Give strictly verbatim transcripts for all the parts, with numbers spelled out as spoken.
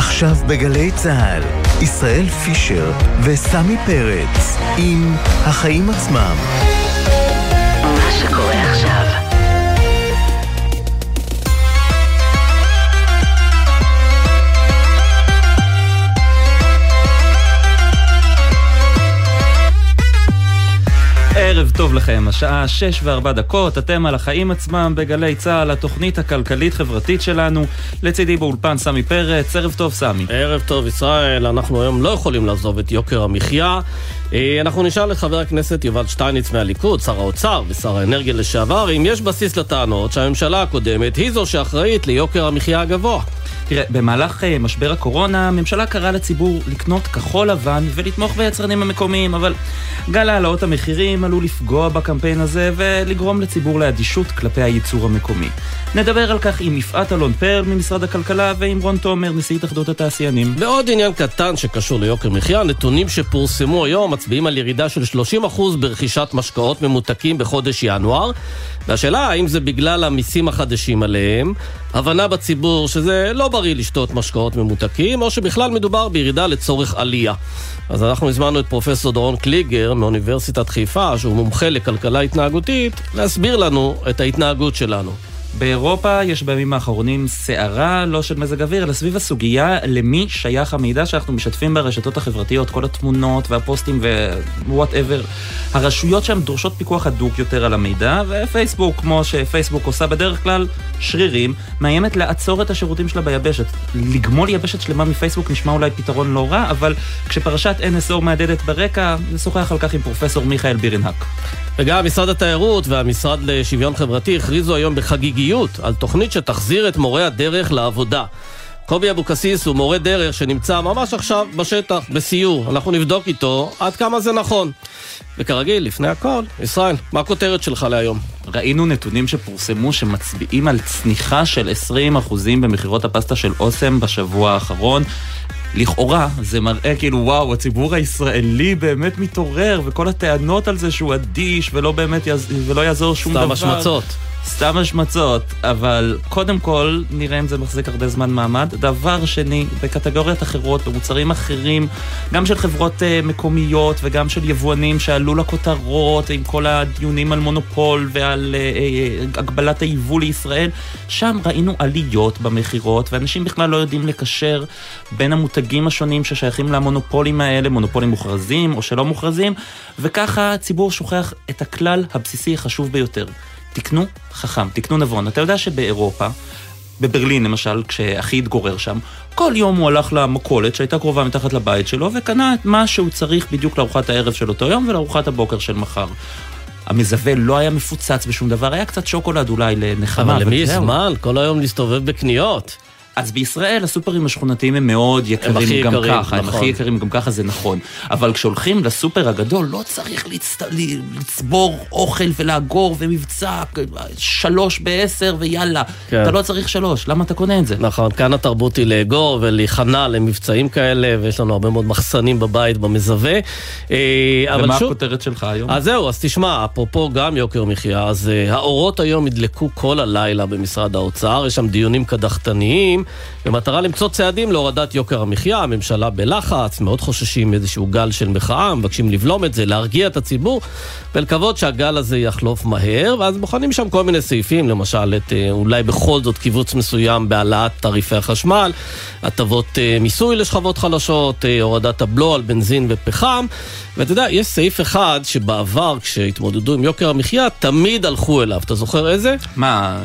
עכשיו בגלי צהל, ישראל פישר וסמי פרץ עם החיים עצמם. מה שקורה עכשיו. ערב טוב לכם, השעה שש וארבע דקות, אתם על החיים עצמם בגלי צהל, התוכנית הכלכלית-חברתית שלנו. לצידי באולפן סמי פרץ, ערב טוב סמי. ערב טוב ישראל, אנחנו היום לא יכולים לעזוב את יוקר המחיה. אנחנו נשאל לחבר הכנסת יובל שטייניץ מהליכוד, שר האוצר ושר האנרגיה לשעבר, אם יש בסיס לטענות שהממשלה הקודמת היא זו שאחראית ליוקר המחיה הגבוה. תראה, במהלך משבר הקורונה, הממשלה קראה לציבור לקנות כחול לבן ולתמוך ביצרנים המקומיים, אבל גל העלאות המחירים עלול לפגוע בקמפיין הזה ולגרום לציבור לאדישות כלפי הייצור המקומי. נדבר על כך עם יפעת אלון פרל ממשרד הכלכלה ועם רון תומר, נשיא התאחדות התעשיינים. ועוד עניין קטן שקשור ליוקר מחיה, נתונים שפורסמו היום מצביעים על ירידה של שלושים אחוז ברכישת משקאות ממותקים בחודש ינואר, והשאלה האם זה בגלל המיסים החדשים עליהם, הבנה בציבור שזה לא בריא לשתות משקאות ממותקים, או שבכלל מדובר בירידה לצורך עלייה. אז אנחנו הזמנו את פרופסור דורון קליגר מאוניברסיטת חיפה, שהוא מומחה לכלכלה התנהגותית, להסביר לנו את ההתנהגות שלנו. באירופה יש בימים האחרונים סערה, לא של מזג אוויר, אלא סביב הסוגיה למי שייך המידע שאנחנו משתפים ברשתות החברתיות, כל התמונות והפוסטים ו-whatever. הרשויות שם דורשות פיקוח הדוק יותר על המידע, ופייסבוק, כמו שפייסבוק עושה בדרך כלל, שרירים, מאיימת לעצור את השירותים שלה ביבשת. לגמול יבשת שלמה מפייסבוק נשמע אולי פתרון לא רע, אבל כשפרשת אן אס או מעדדת ברקע, נשוחח על כך עם פרופסור מיכאל בירנהק. וגם משרד התיירות והמשרד לשוויון חברתי הכריזו היום בחגיגיות על תוכנית שתחזיר את מורי הדרך לעבודה. קובי אבוקסיס הוא מורה דרך שנמצא ממש עכשיו בשטח, בסיור. אנחנו נבדוק איתו עד כמה זה נכון. וכרגיל, לפני הכל, ישראל, מה הכותרת שלך להיום? ראינו נתונים שפורסמו שמצביעים על צניחה של עשרים אחוז במחירות הפסטה של אוסם בשבוע האחרון. לכאורה זה מראה כאילו וואו, הציבור הישראלי באמת מתעורר, וכל הטענות על זה שהוא אדיש ולא באמת יז... ולא יעזור שום דבר. סתם השמצות. סתם השמצות, אבל קודם כל נראה אם זה מחזיק הרבה זמן מעמד. דבר שני, בקטגוריות אחרות, במוצרים אחרים, גם של חברות uh, מקומיות וגם של יבואנים שעלו לכותרות עם כל הדיונים על מונופול ועל uh, uh, הגבלת היבוא לישראל, שם ראינו עליות במחירות, ואנשים בכלל לא יודעים לקשר בין המותגים השונים ששייכים למונופולים האלה, מונופולים מוכרזים או שלא מוכרזים, וככה הציבור שוכח את הכלל הבסיסי החשוב ביותר. תקנו חכם, תקנו נבון. אתה יודע שבאירופה, בברלין למשל, כשאחי התגורר שם, כל יום הוא הלך למכולת שהייתה קרובה מתחת לבית שלו, וקנה את מה שהוא צריך בדיוק לארוחת הערב של אותו יום ולארוחת הבוקר של מחר. המזווה לא היה מפוצץ בשום דבר, היה קצת שוקולד אולי לנחמה. אבל למי זמן? כל היום להסתובב בקניות. אז בישראל הסופרים השכונתיים הם מאוד יקרים גם יקרים, ככה, נכון. הם הכי יקרים גם ככה, זה נכון. אבל כשהולכים לסופר הגדול, לא צריך לצ... לצבור אוכל ולאגור ומבצע שלוש בעשר ויאללה. כן. אתה לא צריך שלוש, למה אתה קונה את זה? נכון, כאן התרבות היא לאגור ולהיכנע למבצעים כאלה, ויש לנו הרבה מאוד מחסנים בבית במזווה. ומה שוב... הכותרת שלך היום? אז זהו, אז תשמע, אפרופו גם יוקר מחיה, אז האורות היום ידלקו כל הלילה במשרד האוצר, יש שם דיונים קדחתניים, במטרה למצוא צעדים להורדת יוקר המחיה. הממשלה בלחץ, מאוד חוששים איזשהו גל של מחאה, מבקשים לבלום את זה, להרגיע את הציבור, ולקוות שהגל הזה יחלוף מהר, ואז בוחנים שם כל מיני סעיפים, למשל את, אולי בכל זאת קיבוץ מסוים בהעלאת תעריפי החשמל, הטבות מיסוי לשכבות חלשות, הורדת הבלו על בנזין ופחם, ואתה יודע, יש סעיף אחד שבעבר, כשהתמודדו עם יוקר המחיה, תמיד הלכו אליו. אתה זוכר איזה? מה...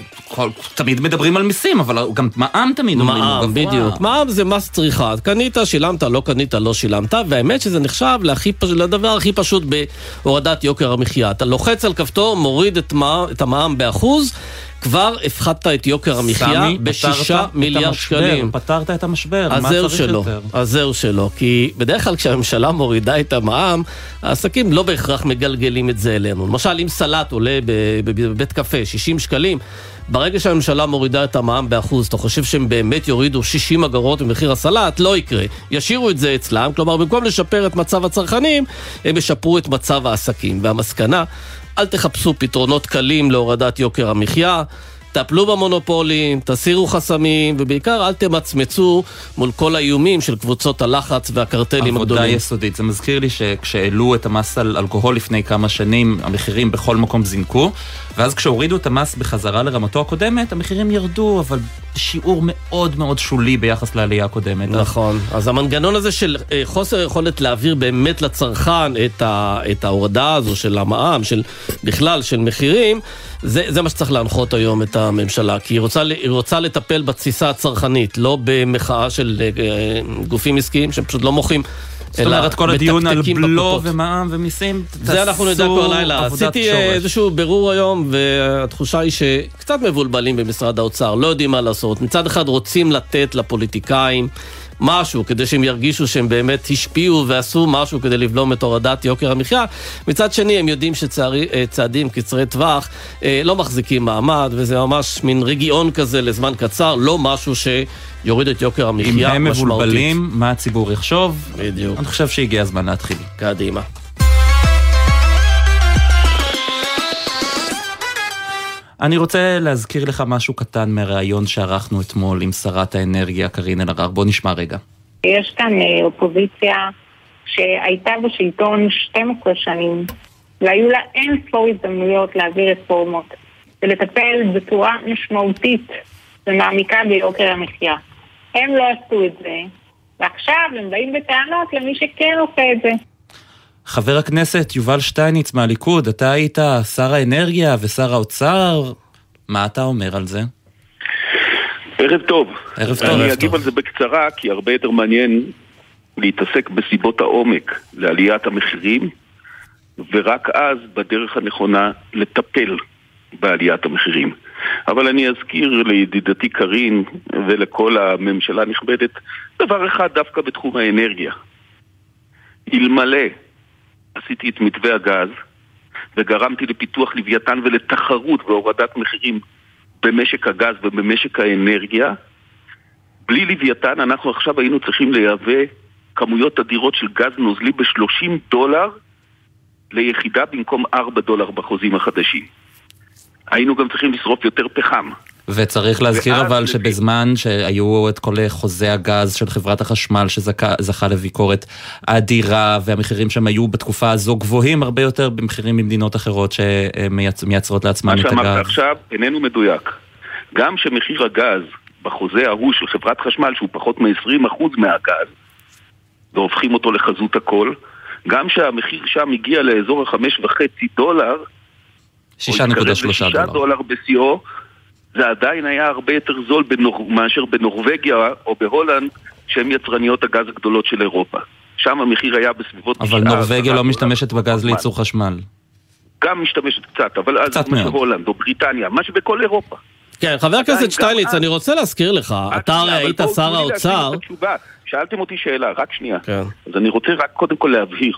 תמיד מדברים על מיסים, אבל גם מע"מ תמיד אומרים. מע"מ, בדיוק. מע"מ זה מס צריכה. קנית, שילמת, לא קנית, לא שילמת, והאמת שזה נחשב לדבר הכי פשוט בהורדת יוקר המחיה. אתה לוחץ על כפתור, מוריד את המע"מ באחוז, כבר הפחדת את יוקר המחיה בשישה מיליארד שקלים. פתרת את המשבר, אז זהו שלו, אז זהו שלו, כי בדרך כלל כשהממשלה מורידה את המע"מ, העסקים לא בהכרח מגלגלים את זה אלינו. למשל, אם סלט עולה בבית קפה שישים שקלים, ברגע שהממשלה מורידה את המע"מ באחוז, אתה חושב שהם באמת יורידו שישים אגורות במחיר הסלט? לא יקרה. ישירו את זה אצלם, כלומר, במקום לשפר את מצב הצרכנים, הם ישפרו את מצב העסקים. והמסקנה, אל תחפשו פתרונות קלים להורדת יוקר המחיה, טפלו במונופולים, תסירו חסמים, ובעיקר אל תמצמצו מול כל האיומים של קבוצות הלחץ והקרטלים הגדולים. עבודה יסודית. זה מזכיר לי שכשהעלו את המס על אלכוהול לפני כמה שנים, המחירים בכל מקום זינקו, ואז כשהורידו את המס בחזרה לרמתו הקודמת, המחירים ירדו, אבל בשיעור מאוד מאוד שולי ביחס לעלייה הקודמת. נכון. אז המנגנון הזה של חוסר יכולת להעביר באמת לצרכן את, ה, את ההורדה הזו של המע"מ, של בכלל של מחירים, זה, זה מה שצריך להנחות היום את הממשלה, כי היא רוצה, היא רוצה לטפל בתסיסה הצרכנית, לא במחאה של גופים עסקיים שהם פשוט לא מוחים. זאת אומרת, כל הדיון על בלו ומע"מ ומיסים, זה אנחנו נדע כבר לילה. עשיתי איזשהו בירור היום, והתחושה היא שקצת מבולבלים במשרד האוצר, לא יודעים מה לעשות. מצד אחד רוצים לתת לפוליטיקאים משהו, כדי שהם ירגישו שהם באמת השפיעו ועשו משהו כדי לבלום את הורדת יוקר המחיה. מצד שני, הם יודעים שצעדים קצרי טווח לא מחזיקים מעמד, וזה ממש מין רגיעון כזה לזמן קצר, לא משהו שיוריד את יוקר המחיה משמעותית. אם הם מבולבלים, מה הציבור יחשוב? בדיוק. אני חושב שהגיע הזמן להתחיל. קדימה. אני רוצה להזכיר לך משהו קטן מהראיון שערכנו אתמול עם שרת האנרגיה קארין אלהרר. בוא נשמע רגע. יש כאן אופוזיציה שהייתה בשלטון שתים עשרה שנים, והיו לה אין ספור הזדמנויות להעביר רפורמות ולטפל בצורה משמעותית ומעמיקה ביוקר המחיה. הם לא עשו את זה, ועכשיו הם באים בטענות למי שכן עושה את זה. חבר הכנסת יובל שטייניץ מהליכוד, אתה היית שר האנרגיה ושר האוצר, מה אתה אומר על זה? ערב טוב. ערב טוב. אני אגיב על זה בקצרה, כי הרבה יותר מעניין להתעסק בסיבות העומק לעליית המחירים, ורק אז בדרך הנכונה לטפל בעליית המחירים. אבל אני אזכיר לידידתי קארין ולכל הממשלה הנכבדת דבר אחד דווקא בתחום האנרגיה. אלמלא עשיתי את מתווה הגז וגרמתי לפיתוח לוויתן ולתחרות והורדת מחירים במשק הגז ובמשק האנרגיה, בלי לוויתן אנחנו עכשיו היינו צריכים לייבא כמויות אדירות של גז נוזלי ב-שלושים דולר ליחידה במקום ארבעה דולר בחוזים החדשים. היינו גם צריכים לשרוף יותר פחם. וצריך להזכיר אבל שבזמן שהיו את כל חוזי הגז של חברת החשמל שזכה לביקורת אדירה, והמחירים שם היו בתקופה הזו גבוהים הרבה יותר במחירים ממדינות אחרות שמייצרות לעצמן את הגז. מה שאמרת עכשיו איננו מדויק. גם שמחיר הגז בחוזה ההוא של חברת חשמל שהוא פחות מ-עשרים אחוז מהגז והופכים אותו לחזות הכל, גם שהמחיר שם הגיע לאזור ה-חמש וחצי דולר, שישה נקודה שלושה דולר. דולר בסיאו, זה עדיין היה הרבה יותר זול בנור... מאשר בנורווגיה או בהולנד, שהן יצרניות הגז הגדולות של אירופה. שם המחיר היה בסביבות... אבל נורווגיה לא משתמשת בגז לייצור חשמל. גם משתמשת קצת, אבל קצת אז מה שהולנד או בריטניה, מה שבכל אירופה. כן, חבר הכנסת שטייניץ, אני רוצה להזכיר לך, אתה הרי היית שר האוצר... שאלתם אותי שאלה, רק שנייה. אז אני רוצה רק קודם כל להבהיר,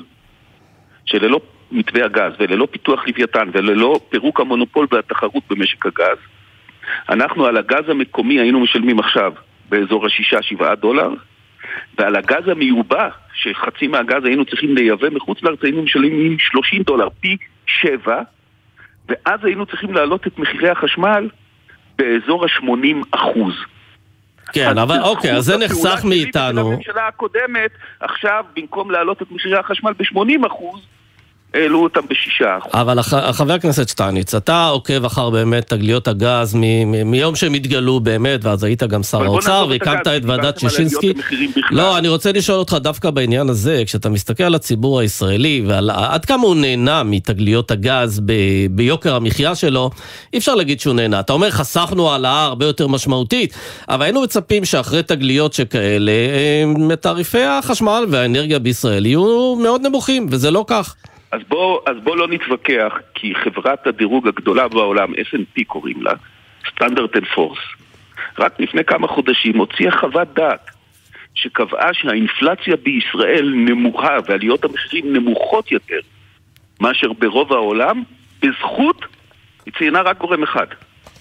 שללא מתווה הגז וללא פיתוח לוויתן וללא פירוק המונופול והתחרות במשק הגז, אנחנו על הגז המקומי היינו משלמים עכשיו באזור השישה שבעה דולר, ועל הגז המיובא, שחצי מהגז היינו צריכים לייבא מחוץ לארץ, היינו משלמים שלושים דולר, פי שבע, ואז היינו צריכים להעלות את מחירי החשמל באזור ה-שמונים אחוז. כן, אבל אוקיי, אז זה נחסך מאיתנו. בממשלה הקודמת, עכשיו, במקום להעלות את מחירי החשמל ב-שמונים אחוז, העלו אותם בשישה. אבל חבר הכנסת שטייניץ, אתה עוקב אחר באמת תגליות הגז מיום שהם התגלו באמת, ואז היית גם שר האוצר, והקמת את ועדת שישינסקי. לא, אני רוצה לשאול אותך דווקא בעניין הזה, כשאתה מסתכל על הציבור הישראלי, ועל עד כמה הוא נהנה מתגליות הגז ביוקר המחיה שלו, אי אפשר להגיד שהוא נהנה. אתה אומר, חסכנו העלאה הרבה יותר משמעותית, אבל היינו מצפים שאחרי תגליות שכאלה, תעריפי החשמל והאנרגיה בישראל יהיו מאוד נמוכים, וזה לא כך. אז בוא, אז בוא לא נתווכח, כי חברת הדירוג הגדולה בעולם, אס אנד פי קוראים לה, Standard and Poor's, רק לפני כמה חודשים הוציאה חוות דעת שקבעה שהאינפלציה בישראל נמוכה ועליות המחירים נמוכות יותר מאשר ברוב העולם, בזכות, היא ציינה רק גורם אחד,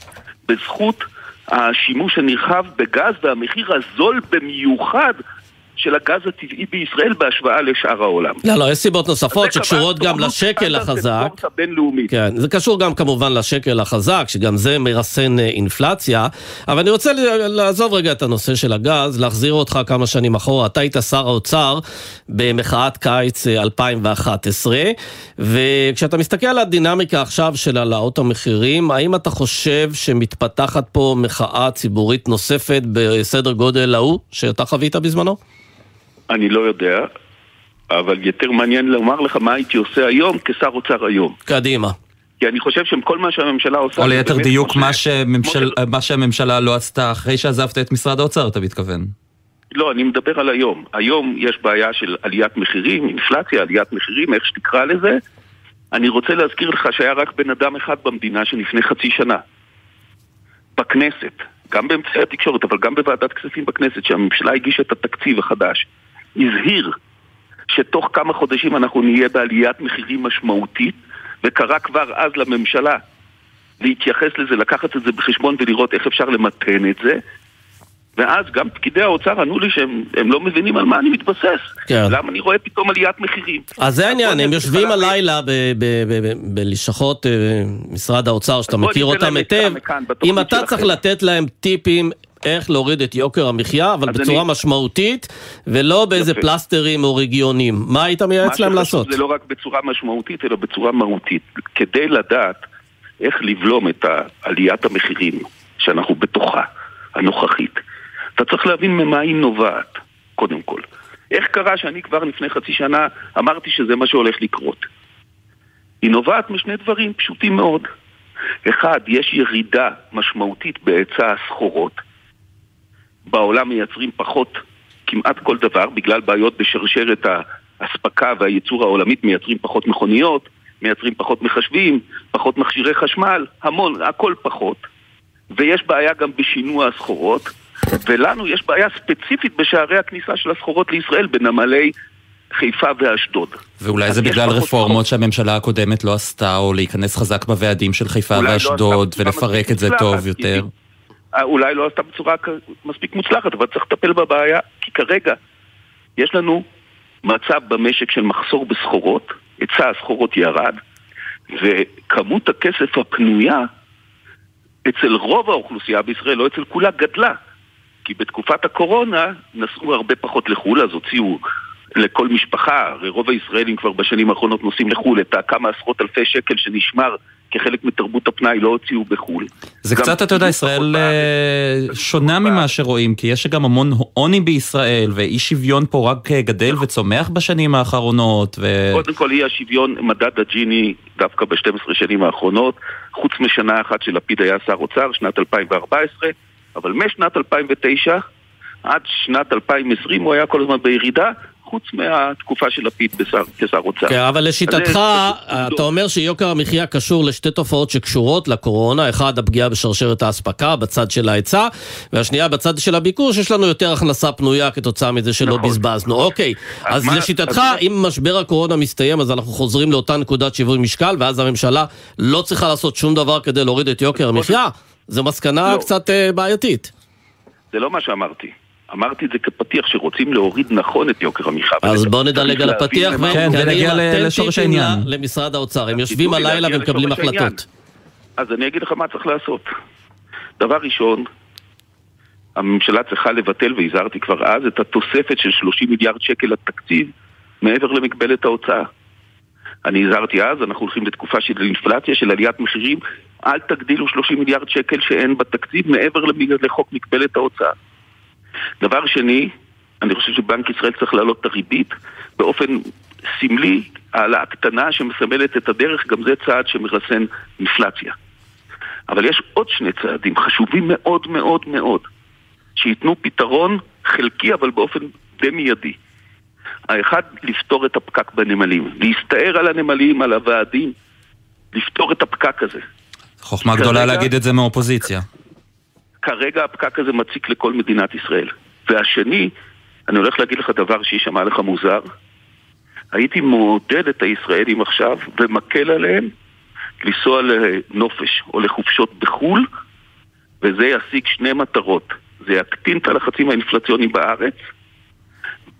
בזכות השימוש הנרחב בגז והמחיר הזול במיוחד של הגז הטבעי בישראל בהשוואה לשאר העולם. לא, לא, יש סיבות נוספות שקשורות גם לשקל החזק. כן, זה קשור גם כמובן לשקל החזק, שגם זה מרסן אינפלציה, אבל אני רוצה לעזוב רגע את הנושא של הגז, להחזיר אותך כמה שנים אחורה. אתה היית שר האוצר במחאת קיץ אלפיים ואחת עשרה, וכשאתה מסתכל על הדינמיקה עכשיו של העלאות המחירים, האם אתה חושב שמתפתחת פה מחאה ציבורית נוספת בסדר גודל ההוא שאתה חווית בזמנו? אני לא יודע, אבל יותר מעניין לומר לך מה הייתי עושה היום כשר אוצר היום. קדימה. כי אני חושב שכל מה שהממשלה עושה... או ליתר דיוק, מה, שממשל... מה שהממשלה לא עשתה אחרי שעזבת את משרד האוצר, אתה מתכוון? לא, אני מדבר על היום. היום יש בעיה של עליית מחירים, אינפלציה, עליית מחירים, איך שתקרא לזה. אני רוצה להזכיר לך שהיה רק בן אדם אחד במדינה שלפני חצי שנה. בכנסת. גם באמצעי התקשורת, אבל גם בוועדת כספים בכנסת, שהממשלה הגישה את התקציב החדש, הזהיר שתוך כמה חודשים אנחנו נהיה בעליית מחירים משמעותית, וקרא כבר אז לממשלה להתייחס לזה, לקחת את זה בחשבון ולראות איך אפשר למתן את זה, ואז גם פקידי האוצר ענו לי שהם לא מבינים על מה אני מתבסס. כן. למה אני רואה פתאום עליית מחירים. אז זה העניין, הם יושבים הלילה בלשכות משרד האוצר, שאתה מכיר אותם היטב. אם אתה צריך לתת להם טיפים איך להוריד את יוקר המחיה, אבל בצורה משמעותית, ולא באיזה פלסטרים או רגיונים. מה היית מייעץ להם לעשות? זה לא רק בצורה משמעותית, אלא בצורה מהותית. כדי לדעת איך לבלום את עליית המחירים שאנחנו בתוכה, הנוכחית. אתה צריך להבין ממה היא נובעת, קודם כל. איך קרה שאני כבר לפני חצי שנה אמרתי שזה מה שהולך לקרות? היא נובעת משני דברים פשוטים מאוד. אחד, יש ירידה משמעותית בהיצע הסחורות. בעולם מייצרים פחות כמעט כל דבר, בגלל בעיות בשרשרת ההספקה והייצור העולמית, מייצרים פחות מכוניות, מייצרים פחות מחשבים, פחות מכשירי חשמל, המון, הכל פחות. ויש בעיה גם בשינוע הסחורות, ולנו יש בעיה ספציפית בשערי הכניסה של הסחורות לישראל, בנמלי חיפה ואשדוד. ואולי זה בגלל רפורמות שהממשלה הקודמת לא עשתה, או להיכנס חזק בוועדים של חיפה ואשדוד, ולפרק את זה טוב יותר. אולי לא עשתה בצורה מספיק מוצלחת, אבל צריך לטפל בבעיה, כי כרגע יש לנו מצב במשק של מחסור בסחורות, היצע הסחורות ירד, וכמות הכסף הפנויה אצל רוב האוכלוסייה בישראל, לא אצל כולה, גדלה. כי בתקופת הקורונה נסעו הרבה פחות לחול, אז הוציאו לכל משפחה, הרי רוב הישראלים כבר בשנים האחרונות נוסעים לחול, את כמה עשרות אלפי שקל שנשמר כחלק מתרבות הפנאי לא הוציאו בחול. זה קצת, אתה יודע, ישראל שונה ממה שרואים, כי יש גם המון עוני בישראל, ואי שוויון פה רק גדל וצומח בשנים האחרונות. קודם כל, אי השוויון, מדד הג'יני, דווקא ב-שתים עשרה שנים האחרונות, חוץ משנה אחת שלפיד היה שר אוצר, שנת אלפיים וארבע עשרה, אבל משנת אלפיים ותשע עד שנת אלפיים ועשרים הוא היה כל הזמן בירידה, חוץ מהתקופה של לפיד כשר אוצר. כן, אבל לשיטתך, אתה אומר שיוקר המחיה קשור לשתי תופעות שקשורות לקורונה, אחד הפגיעה בשרשרת ההספקה בצד של ההיצע, והשנייה בצד של הביקוש, יש לנו יותר הכנסה פנויה כתוצאה מזה שלא בזבזנו. אוקיי, אז לשיטתך, אם משבר הקורונה מסתיים, אז אנחנו חוזרים לאותה נקודת שיווי משקל, ואז הממשלה לא צריכה לעשות שום דבר כדי להוריד את יוקר המחיה? זו מסקנה קצת בעייתית. זה לא מה שאמרתי. אמרתי את זה כפתיח שרוצים להוריד נכון את יוקר המחיה. אז בוא נדלג על הפתיח ונגיע לשורש העניין. למשרד האוצר, הם יושבים הלילה ומקבלים החלטות. אז אני אגיד לך מה צריך לעשות. דבר ראשון, הממשלה צריכה לבטל, והזהרתי כבר אז, את התוספת של שלושים מיליארד שקל לתקציב, מעבר למגבלת ההוצאה. אני הזהרתי אז, אנחנו הולכים לתקופה של אינפלציה, של עליית מחירים, אל תגדילו שלושים מיליארד שקל שאין בתקציב, מעבר לחוק מגבלת ההוצאה. דבר שני, אני חושב שבנק ישראל צריך להעלות את הריבית באופן סמלי, העלאה קטנה שמסמלת את הדרך, גם זה צעד שמרסן אינפלציה. אבל יש עוד שני צעדים חשובים מאוד מאוד מאוד, שיתנו פתרון חלקי אבל באופן די מיידי. האחד, לפתור את הפקק בנמלים, להסתער על הנמלים, על הוועדים, לפתור את הפקק הזה. חוכמה גדולה להגיד את זה מאופוזיציה. כרגע הפקק הזה מציק לכל מדינת ישראל. והשני, אני הולך להגיד לך דבר שישמע לך מוזר, הייתי מעודד את הישראלים עכשיו ומקל עליהם לנסוע לנופש או לחופשות בחול, וזה ישיג שני מטרות. זה יקטין את הלחצים האינפלציוניים בארץ,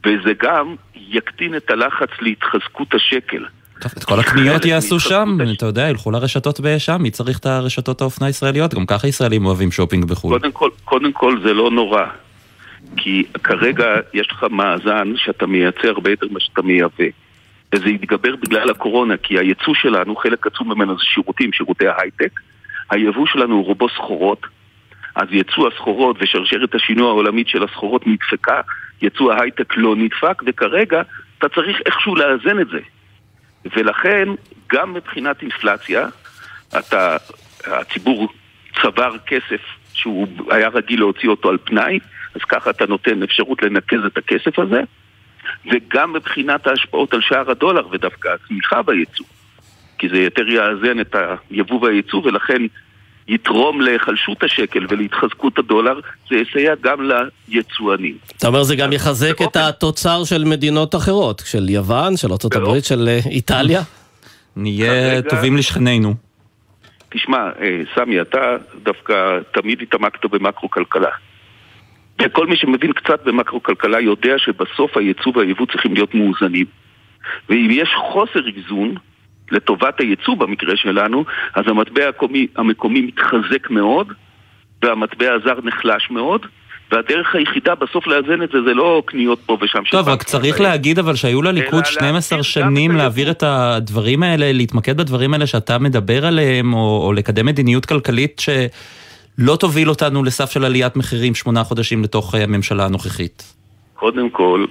וזה גם יקטין את הלחץ להתחזקות השקל. טוב, את כל הקניות יעשו שם, אתה יודע, ילכו לרשתות בשם, מי צריך את הרשתות האופנה הישראליות? גם ככה ישראלים אוהבים שופינג בחו"ל. קודם כל, קודם כל זה לא נורא, כי כרגע יש לך מאזן שאתה מייצר הרבה יותר מה שאתה מייבא. וזה יתגבר בגלל הקורונה, כי הייצוא שלנו, חלק עצום ממנו זה שירותים, שירותי ההייטק. היבוא שלנו הוא רובו סחורות, אז יצוא הסחורות ושרשרת השינוע העולמית של הסחורות נדפקה, יצוא ההייטק לא נדפק, וכרגע אתה צריך איכשהו לאזן את זה. ולכן, גם מבחינת אינפלציה, אתה, הציבור צבר כסף שהוא היה רגיל להוציא אותו על פנאי, אז ככה אתה נותן אפשרות לנקז את הכסף הזה, וגם מבחינת ההשפעות על שער הדולר ודווקא הצמיחה בייצוא, כי זה יותר יאזן את היבוא והייצוא, ולכן יתרום להיחלשות השקל ולהתחזקות הדולר, זה יסייע גם ליצואנים. אתה אומר זה גם יחזק את התוצר של מדינות אחרות, של יוון, של ארצות הברית, של איטליה? נהיה טובים לשכנינו. תשמע, סמי, אתה דווקא תמיד התעמקת במקרו-כלכלה. וכל מי שמבין קצת במקרו-כלכלה יודע שבסוף הייצוא והייבוא צריכים להיות מאוזנים. ואם יש חוסר איזון לטובת הייצוא במקרה שלנו, אז המטבע המקומי, המקומי מתחזק מאוד, והמטבע הזר נחלש מאוד, והדרך היחידה בסוף לאזן את זה, זה לא קניות פה ושם. טוב, רק צריך להגיד אבל שהיו לליכוד שתים עשרה שנים להעביר את הדברים האלה, להתמקד בדברים האלה שאתה מדבר עליהם, או, או לקדם מדיניות כלכלית שלא תוביל אותנו לסף של עליית מחירים שמונה חודשים לתוך הממשלה הנוכחית. קודם כל,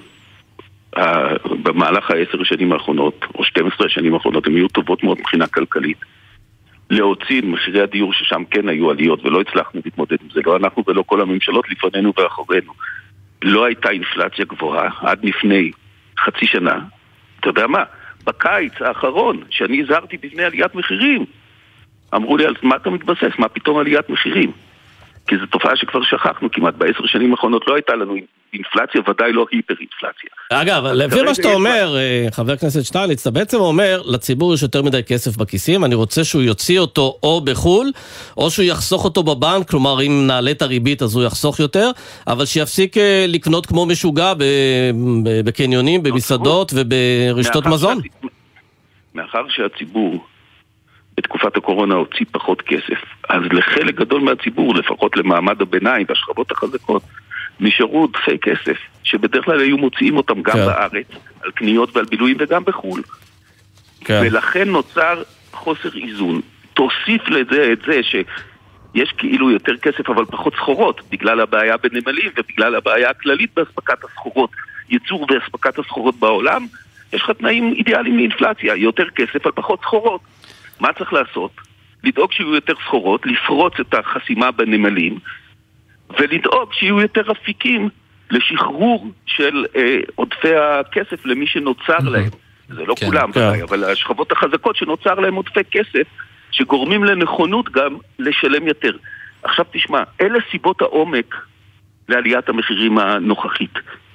במהלך העשר השנים האחרונות, או שתים עשרה השנים האחרונות, הן יהיו טובות מאוד מבחינה כלכלית. להוציא מחירי הדיור ששם כן היו עליות, ולא הצלחנו להתמודד עם זה, לא אנחנו ולא כל הממשלות לפנינו ואחרינו. לא הייתה אינפלציה גבוהה עד לפני חצי שנה. אתה יודע מה? בקיץ האחרון, שאני הזהרתי בפני עליית מחירים, אמרו לי, על מה אתה מתבסס? מה פתאום עליית מחירים? כי זו תופעה שכבר שכחנו, כמעט בעשר שנים האחרונות לא הייתה לנו אינפלציה, ודאי לא היפר-אינפלציה. אגב, לפי מה שאתה אומר, חבר הכנסת שטייניץ, אתה בעצם אומר, לציבור יש יותר מדי כסף בכיסים, אני רוצה שהוא יוציא אותו או בחול, או שהוא יחסוך אותו בבנק, כלומר, אם נעלה את הריבית אז הוא יחסוך יותר, אבל שיפסיק לקנות כמו משוגע בקניונים, במסעדות וברשתות מזון. מאחר שהציבור בתקופת הקורונה הוציא פחות כסף, אז לחלק גדול מהציבור, לפחות למעמד הביניים והשכבות החזקות, נשארו עודפי כסף, שבדרך כלל היו מוציאים אותם גם כן. בארץ, על קניות ועל בילויים וגם בחול. כן. ולכן נוצר חוסר איזון. תוסיף לזה את זה שיש כאילו יותר כסף אבל פחות סחורות, בגלל הבעיה בנמלים ובגלל הבעיה הכללית בהספקת הסחורות, ייצור והספקת הסחורות בעולם, יש לך תנאים אידיאליים לאינפלציה, יותר כסף על פחות סחורות. מה צריך לעשות? לדאוג שיהיו יותר סחורות, לפרוץ את החסימה בנמלים, ולדאוג שיהיו יותר אפיקים לשחרור של אה, עודפי הכסף למי שנוצר להם. זה לא כן, כולם, כן. בלי, אבל השכבות החזקות שנוצר להם עודפי כסף, שגורמים לנכונות גם לשלם יותר. עכשיו תשמע, אלה סיבות העומק לעליית המחירים הנוכחית.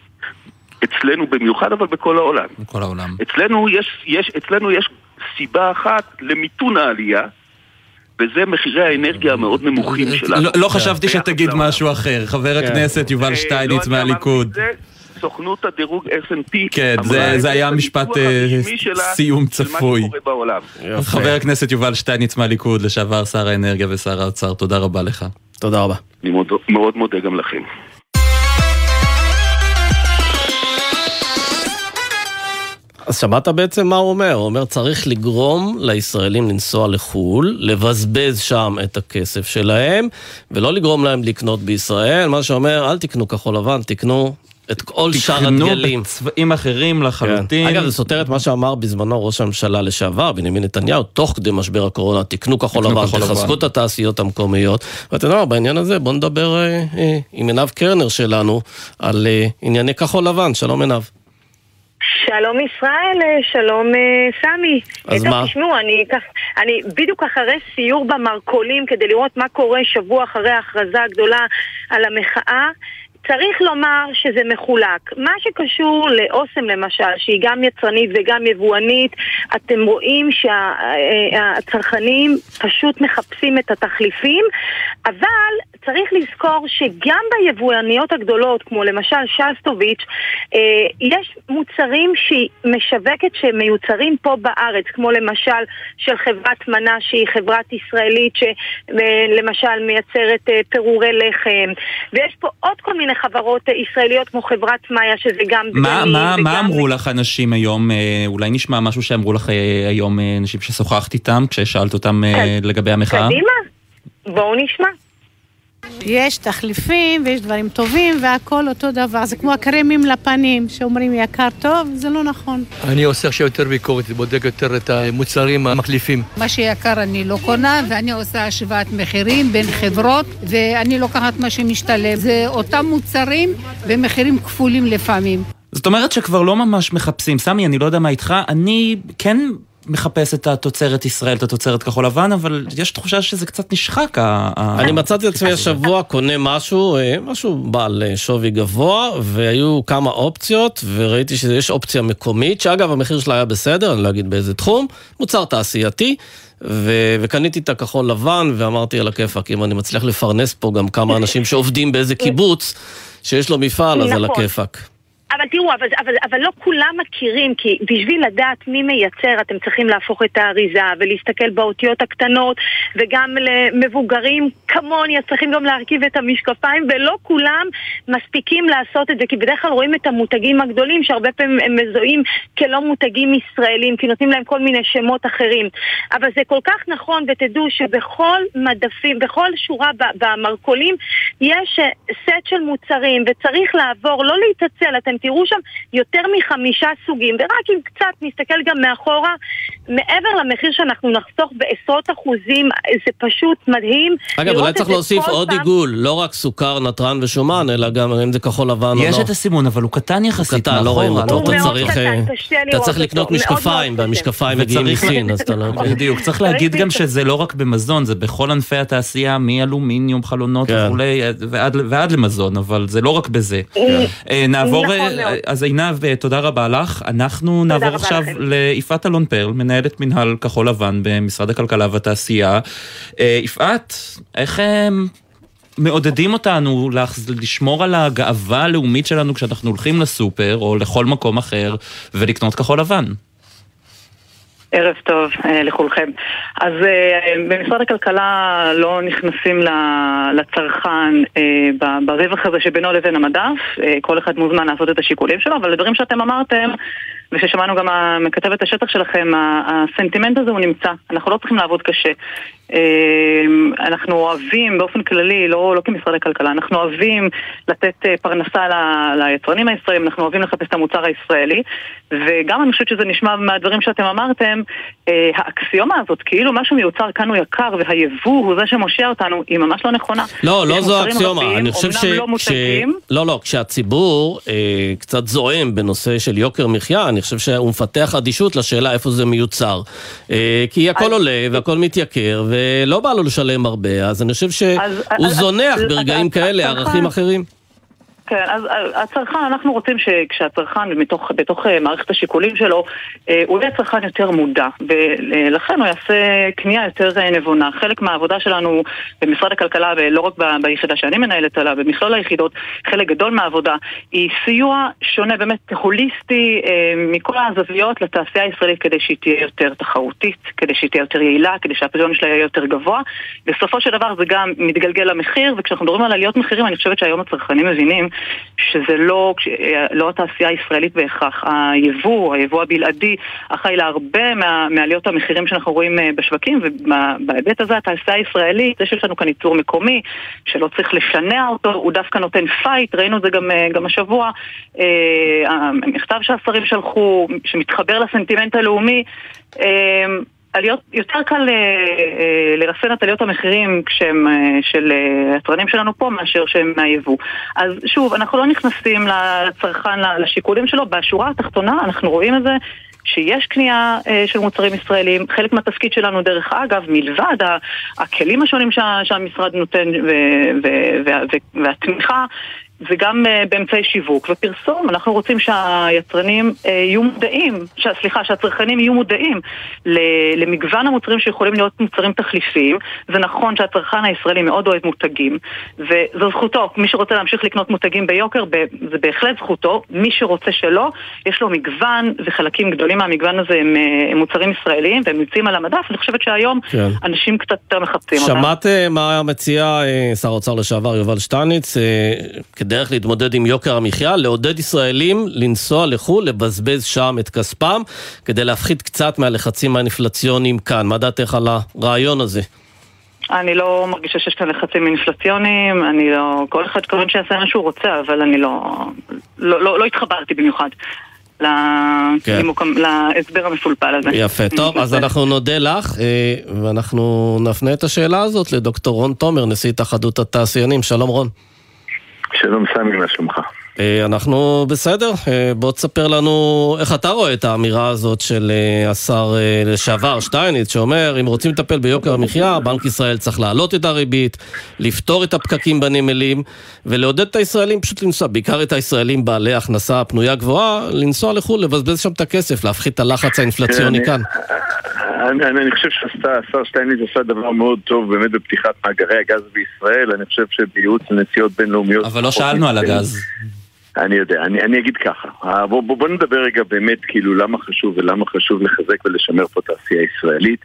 אצלנו במיוחד, אבל בכל העולם. בכל העולם. אצלנו יש, יש, אצלנו יש סיבה אחת למיתון העלייה, וזה מחירי האנרגיה המאוד נמוכים שלנו. לא חשבתי שתגיד משהו אחר, חבר הכנסת יובל שטייניץ מהליכוד. סוכנות הדירוג אס אנד פי. כן, זה היה משפט סיום צפוי. חבר הכנסת יובל שטייניץ מהליכוד, לשעבר שר האנרגיה ושר האוצר, תודה רבה לך. תודה רבה. אני מאוד מודה גם לכם. אז שמעת בעצם מה הוא אומר? הוא אומר צריך לגרום לישראלים לנסוע לחול, לבזבז שם את הכסף שלהם, ולא לגרום להם לקנות בישראל. מה שאומר, אל תקנו כחול לבן, תקנו את כל שאר הדגלים. תקנו בצבעים אחרים לחלוטין. כן. אגב, זה סותר את מה שאמר בזמנו ראש הממשלה לשעבר, בנימין נתניהו, תוך כדי משבר הקורונה, תקנו כחול לבן, תחזקו את התעשיות המקומיות. ואתה יודע, בעניין הזה בוא נדבר אה, אה, עם עינב קרנר שלנו, על אה, ענייני כחול לבן. שלום עינב. שלום ישראל, שלום סמי. אז מה? תשמעו, אני, אני בדיוק אחרי סיור במרקולים כדי לראות מה קורה שבוע אחרי ההכרזה הגדולה על המחאה. צריך לומר שזה מחולק. מה שקשור לאוסם למשל, שהיא גם יצרנית וגם יבואנית, אתם רואים שהצרכנים פשוט מחפשים את התחליפים, אבל צריך לזכור שגם ביבואניות הגדולות, כמו למשל שסטוביץ', יש מוצרים שהיא משווקת שמיוצרים פה בארץ, כמו למשל של חברת מנה שהיא חברת ישראלית שלמשל מייצרת פירורי לחם, ויש פה עוד כל מיני חברות ישראליות כמו חברת מאיה שזה גם מה, דגנים. מה, וגם... מה אמרו לך אנשים היום? אולי נשמע משהו שאמרו לך היום אנשים ששוחחת איתם כששאלת אותם לגבי המחאה? קדימה, בואו נשמע. יש תחליפים ויש דברים טובים והכל אותו דבר, זה כמו הקרמים לפנים שאומרים יקר טוב, זה לא נכון. אני עושה עכשיו יותר ביקורת, בודק יותר את המוצרים המחליפים. מה שיקר אני לא קונה ואני עושה השוואת מחירים בין חברות ואני לוקחת מה שמשתלם, זה אותם מוצרים במחירים כפולים לפעמים. זאת אומרת שכבר לא ממש מחפשים, סמי, אני לא יודע מה איתך, אני כן מחפש את התוצרת ישראל, את התוצרת כחול לבן, אבל יש תחושה שזה קצת נשחק. אני מצאתי עצמי השבוע, קונה משהו, משהו בעל שווי גבוה, והיו כמה אופציות, וראיתי שיש אופציה מקומית, שאגב המחיר שלה היה בסדר, אני לא אגיד באיזה תחום, מוצר תעשייתי, ו- וקניתי את הכחול לבן, ואמרתי על הכיפק, אם אני מצליח לפרנס פה גם כמה אנשים שעובדים באיזה קיבוץ, שיש לו מפעל, אז על הכיפק. אבל תראו, אבל, אבל, אבל לא כולם מכירים, כי בשביל לדעת מי מייצר, אתם צריכים להפוך את האריזה ולהסתכל באותיות הקטנות, וגם למבוגרים כמוני, אז צריכים גם להרכיב את המשקפיים, ולא כולם מספיקים לעשות את זה, כי בדרך כלל רואים את המותגים הגדולים, שהרבה פעמים הם מזוהים כלא מותגים ישראלים, כי נותנים להם כל מיני שמות אחרים. אבל זה כל כך נכון, ותדעו שבכל מדפים, בכל שורה במרקולים, יש סט של מוצרים, וצריך לעבור, לא להתעצל, אתם תראו שם יותר מחמישה סוגים, ורק אם קצת נסתכל גם מאחורה, מעבר למחיר שאנחנו נחסוך בעשרות אחוזים, זה פשוט מדהים. אגב, אולי צריך להוסיף עוד עיגול, לא רק סוכר, נטרן ושומן, אלא גם אם זה כחול לבן או לא. יש את הסימון, אבל הוא קטן יחסית. הוא קטן, לא רואים אותו, אתה צריך לקנות משקפיים, והמשקפיים מגיעים מסין, אז אתה לא... בדיוק, צריך להגיד גם שזה לא רק במזון, זה בכל ענפי התעשייה, מאלומיניום, חלונות וכולי, ועד למזון, אבל זה לא רק בזה. נעבור, אז עינב, תודה רבה לך. אנחנו נעבור עכשיו ליפעת אלון פרל, מנהלת מנהל כחול לבן במשרד הכלכלה והתעשייה. יפעת, איך הם מעודדים אותנו לשמור על הגאווה הלאומית שלנו כשאנחנו הולכים לסופר או לכל מקום אחר ולקנות כחול לבן? ערב טוב לכולכם. אז במשרד הכלכלה לא נכנסים לצרכן ברווח הזה שבינו לבין המדף, כל אחד מוזמן לעשות את השיקולים שלו, אבל לדברים שאתם אמרתם וששמענו גם מכתבת השטח שלכם, הסנטימנט הזה הוא נמצא, אנחנו לא צריכים לעבוד קשה. אנחנו אוהבים באופן כללי, לא, לא כמשרד הכלכלה, אנחנו אוהבים לתת פרנסה ליצרנים הישראלים, אנחנו אוהבים לחפש את המוצר הישראלי, וגם אני חושבת שזה נשמע מהדברים שאתם אמרתם, האקסיומה הזאת, כאילו משהו מיוצר כאן הוא יקר, והיבוא הוא זה שמושיע אותנו, היא ממש לא נכונה. לא, לא זו האקסיומה, אני חושב ש... לא, לא, כשהציבור קצת זועם בנושא של יוקר מחיה, אני חושב שהוא מפתח אדישות לשאלה איפה זה מיוצר. כי הכל עולה והכל מתייקר, ולא בא לו לשלם הרבה, אז אני חושב שהוא זונח ברגעים כאלה, ערכים אחרים. כן, אז הצרכן, אנחנו רוצים שכשהצרכן בתוך, בתוך מערכת השיקולים שלו, הוא יהיה צרכן יותר מודע, ולכן הוא יעשה קנייה יותר נבונה. חלק מהעבודה שלנו במשרד הכלכלה, ולא רק ביחידה שאני מנהלת עליה, במכלול היחידות, חלק גדול מהעבודה, היא סיוע שונה, באמת הוליסטי, מכל הזוויות לתעשייה הישראלית, כדי שהיא תהיה יותר תחרותית, כדי שהיא תהיה יותר יעילה, כדי שהפריון שלה יהיה יותר גבוה. בסופו של דבר זה גם מתגלגל למחיר, וכשאנחנו מדברים על עליות מחירים, אני חושבת שהיום הצרכנים מבינים שזה לא, לא התעשייה הישראלית בהכרח. היבוא, היבוא הבלעדי, אחראי להרבה מה, מעליות המחירים שאנחנו רואים בשווקים, ובהיבט הזה התעשייה הישראלית, זה שיש לנו כאן ייצור מקומי, שלא צריך לשנע אותו, הוא דווקא נותן פייט, ראינו את זה גם, גם השבוע, המכתב שהשרים שלחו, שמתחבר לסנטימנט הלאומי, עליות, יותר קל לרסן את עליות המחירים כשהם של היצרנים שלנו פה מאשר שהם מהיבוא. אז שוב, אנחנו לא נכנסים לצרכן, לשיקולים שלו. בשורה התחתונה אנחנו רואים את זה שיש קנייה של מוצרים ישראלים. חלק מהתפקיד שלנו דרך אגב, מלבד הכלים השונים שהמשרד נותן והתמיכה, וגם uh, באמצעי שיווק ופרסום. אנחנו רוצים שהיצרנים uh, יהיו מודעים, ש... סליחה, שהצרכנים יהיו מודעים למגוון המוצרים שיכולים להיות מוצרים תחליפיים. זה נכון שהצרכן הישראלי מאוד אוהב מותגים, וזו זכותו. מי שרוצה להמשיך לקנות מותגים ביוקר, ב... זה בהחלט זכותו. מי שרוצה שלא, יש לו מגוון, וחלקים גדולים מהמגוון הזה הם, הם מוצרים ישראליים, והם נמצאים על המדף. אני חושבת שהיום כן. אנשים קצת יותר מחפשים אותם. שמעת מה מציע שר האוצר לשעבר יובל שטייניץ, כדרך להתמודד עם יוקר המחיה, לעודד ישראלים לנסוע לחו"ל, לבזבז שם את כספם, כדי להפחית קצת מהלחצים האינפלציוניים כאן. מה דעתך על הרעיון הזה? אני לא מרגישה שיש כאן לחצים אינפלציוניים, אני לא, כל אחד כמובן שיעשה מה שהוא רוצה, אבל אני לא, לא, לא, לא התחברתי במיוחד להסבר המפולפל הזה. יפה, טוב, אז אנחנו נודה לך, ואנחנו נפנה את השאלה הזאת לדוקטור רון תומר, נשיא התאחדות התעשיינים. שלום רון. שלום סמי, מה שלומך? אנחנו בסדר, בוא תספר לנו איך אתה רואה את האמירה הזאת של השר לשעבר שטייניץ, שאומר אם רוצים לטפל ביוקר המחיה, בנק ישראל צריך להעלות את הריבית, לפתור את הפקקים בנמלים ולעודד את הישראלים פשוט לנסוע, בעיקר את הישראלים בעלי הכנסה פנויה גבוהה, לנסוע לחו"ל, לבזבז שם את הכסף, להפחית את הלחץ האינפלציוני כאן. אני, אני חושב שהשר שטייניץ עשה דבר מאוד טוב באמת בפתיחת מאגרי הגז בישראל. אני חושב שבייעוץ לנסיעות בינלאומיות... אבל לא שאלנו על הגז. אני יודע, אני, אני אגיד ככה. בוא, בוא, בוא נדבר רגע באמת כאילו למה חשוב ולמה חשוב לחזק ולשמר פה תעשייה ישראלית,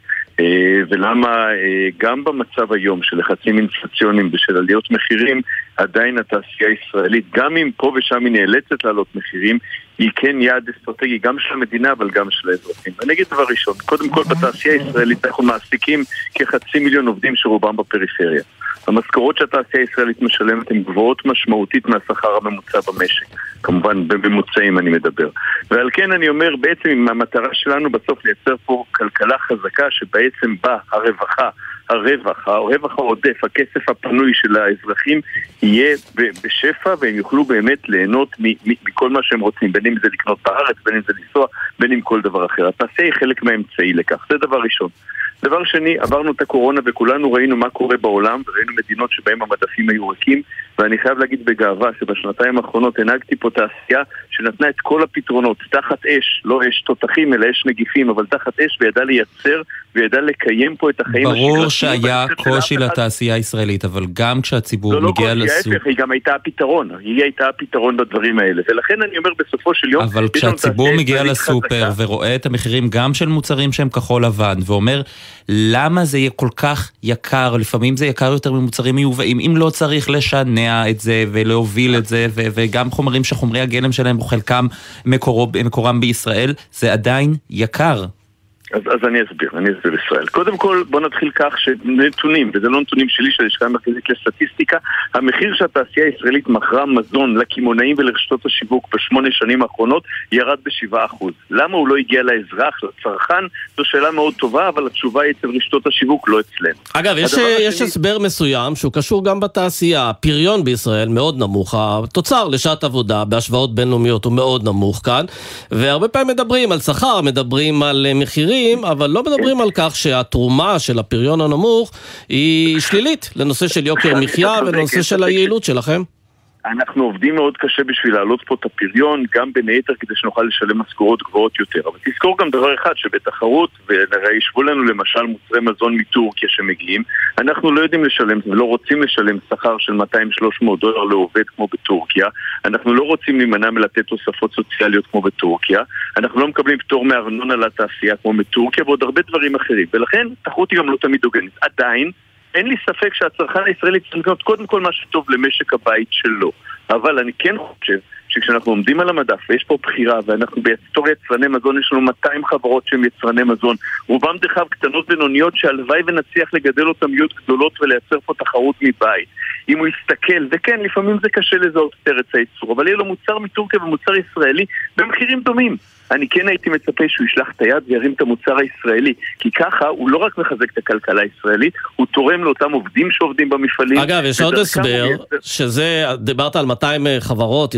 ולמה גם במצב היום של לחצים אינפלציוניים ושל עליות מחירים, עדיין התעשייה הישראלית, גם אם פה ושם היא נאלצת לעלות מחירים, היא כן יעד אסטרטגי גם של המדינה אבל גם של האזרחים. ואני אגיד דבר ראשון, קודם כל בתעשייה הישראלית אנחנו מעסיקים כחצי מיליון עובדים שרובם בפריפריה. המשכורות שהתעשייה הישראלית משלמת הן גבוהות משמעותית מהשכר הממוצע במשק, כמובן בממוצעים אני מדבר. ועל כן אני אומר, בעצם עם המטרה שלנו בסוף לייצר פה כלכלה חזקה שבעצם בא הרווחה, הרווח, הרווח העודף, הכסף הפנוי של האזרחים יהיה בשפע והם יוכלו באמת ליהנות מכל מה שהם רוצים, בין אם זה לקנות בארץ, בין אם זה לנסוע, בין אם כל דבר אחר. התעשייה היא חלק מהאמצעי לכך, זה דבר ראשון. דבר שני, עברנו את הקורונה וכולנו ראינו מה קורה בעולם, וראינו מדינות שבהם המדפים היו ריקים, ואני חייב להגיד בגאווה שבשנתיים האחרונות הנהגתי פה תעשייה שנתנה את כל הפתרונות, תחת אש, לא אש תותחים אלא אש נגיפים, אבל תחת אש, וידע לייצר וידע לקיים פה את החיים השגרתיים. ברור שהיה קושי לתעשייה הישראלית, אבל גם כשהציבור לא, מגיע לא לסוף... היא גם הייתה הפתרון, היא הייתה הפתרון בדברים האלה, ולכן אני אומר בסופו של יום... אבל כשהציבור מגיע לסופר ורואה את המחירים גם של מוצרים שהם כחול לבן, ואומר למה זה יהיה כל כך יקר, לפעמים זה יקר יותר ממוצרים מיובאים, אם לא צריך לשנע את זה ולהוביל את זה, ו- וגם חומרים שחומרי הגלם שלהם חלקם מקורו, מקורם בישראל, זה עדיין יקר. אז, אז אני אסביר, אני אסביר ישראל. קודם כל, בוא נתחיל כך שנתונים, וזה לא נתונים שלי של הלשכה המרכזית לסטטיסטיקה, המחיר שהתעשייה הישראלית מכרה מזון לקמעונאים ולרשתות השיווק בשמונה שנים האחרונות ירד בשבעה אחוז. למה הוא לא הגיע לאזרח, לצרכן? זו שאלה מאוד טובה, אבל התשובה היא אצל רשתות השיווק, לא אצלנו. אגב, יש, יש השני... הסבר מסוים שהוא קשור גם בתעשייה. הפריון בישראל מאוד נמוך, התוצר לשעת עבודה בהשוואות בינלאומיות הוא מאוד נמוך כאן, והרבה פעמים מדברים על שכר, מדברים על מחירים, אבל לא מדברים על כך שהתרומה של הפריון הנמוך היא שלילית לנושא של יוקר מחיה ולנושא של היעילות שלכם. אנחנו עובדים מאוד קשה בשביל להעלות פה את הפריון, גם בין היתר כדי שנוכל לשלם משכורות גבוהות יותר. אבל תזכור גם דבר אחד, שבתחרות, וישבו לנו למשל מוצרי מזון מטורקיה שמגיעים, אנחנו לא יודעים לשלם, ולא רוצים לשלם שכר של מאתיים שלוש מאות דולר לעובד כמו בטורקיה, אנחנו לא רוצים להימנע מלתת תוספות סוציאליות כמו בטורקיה, אנחנו לא מקבלים פטור מארנונה לתעשייה כמו בטורקיה, ועוד הרבה דברים אחרים. ולכן, תחרות היא גם לא תמיד הוגנת. עדיין, אין לי ספק שהצרכן הישראלי צריך לקנות קודם כל מה שטוב למשק הבית שלו. אבל אני כן חושב שכשאנחנו עומדים על המדף ויש פה בחירה, ואנחנו בתור יצרני מזון יש לנו מאתיים חברות שהן יצרני מזון, רובם דחב קטנות בינוניות שהלוואי ונצליח לגדל אותם להיות גדולות ולייצר פה תחרות מבית. אם הוא יסתכל, וכן, לפעמים זה קשה לזהות את ארץ הייצור, אבל יהיה לו מוצר מטורקיה ומוצר ישראלי במחירים דומים. אני כן הייתי מצפה שהוא ישלח את היד וירים את המוצר הישראלי, כי ככה הוא לא רק מחזק את הכלכלה הישראלית, הוא תורם לאותם עובדים שעובדים במפעלים. אגב, יש עוד הסבר, שזה, דיברת על מאתיים חברות יצרניות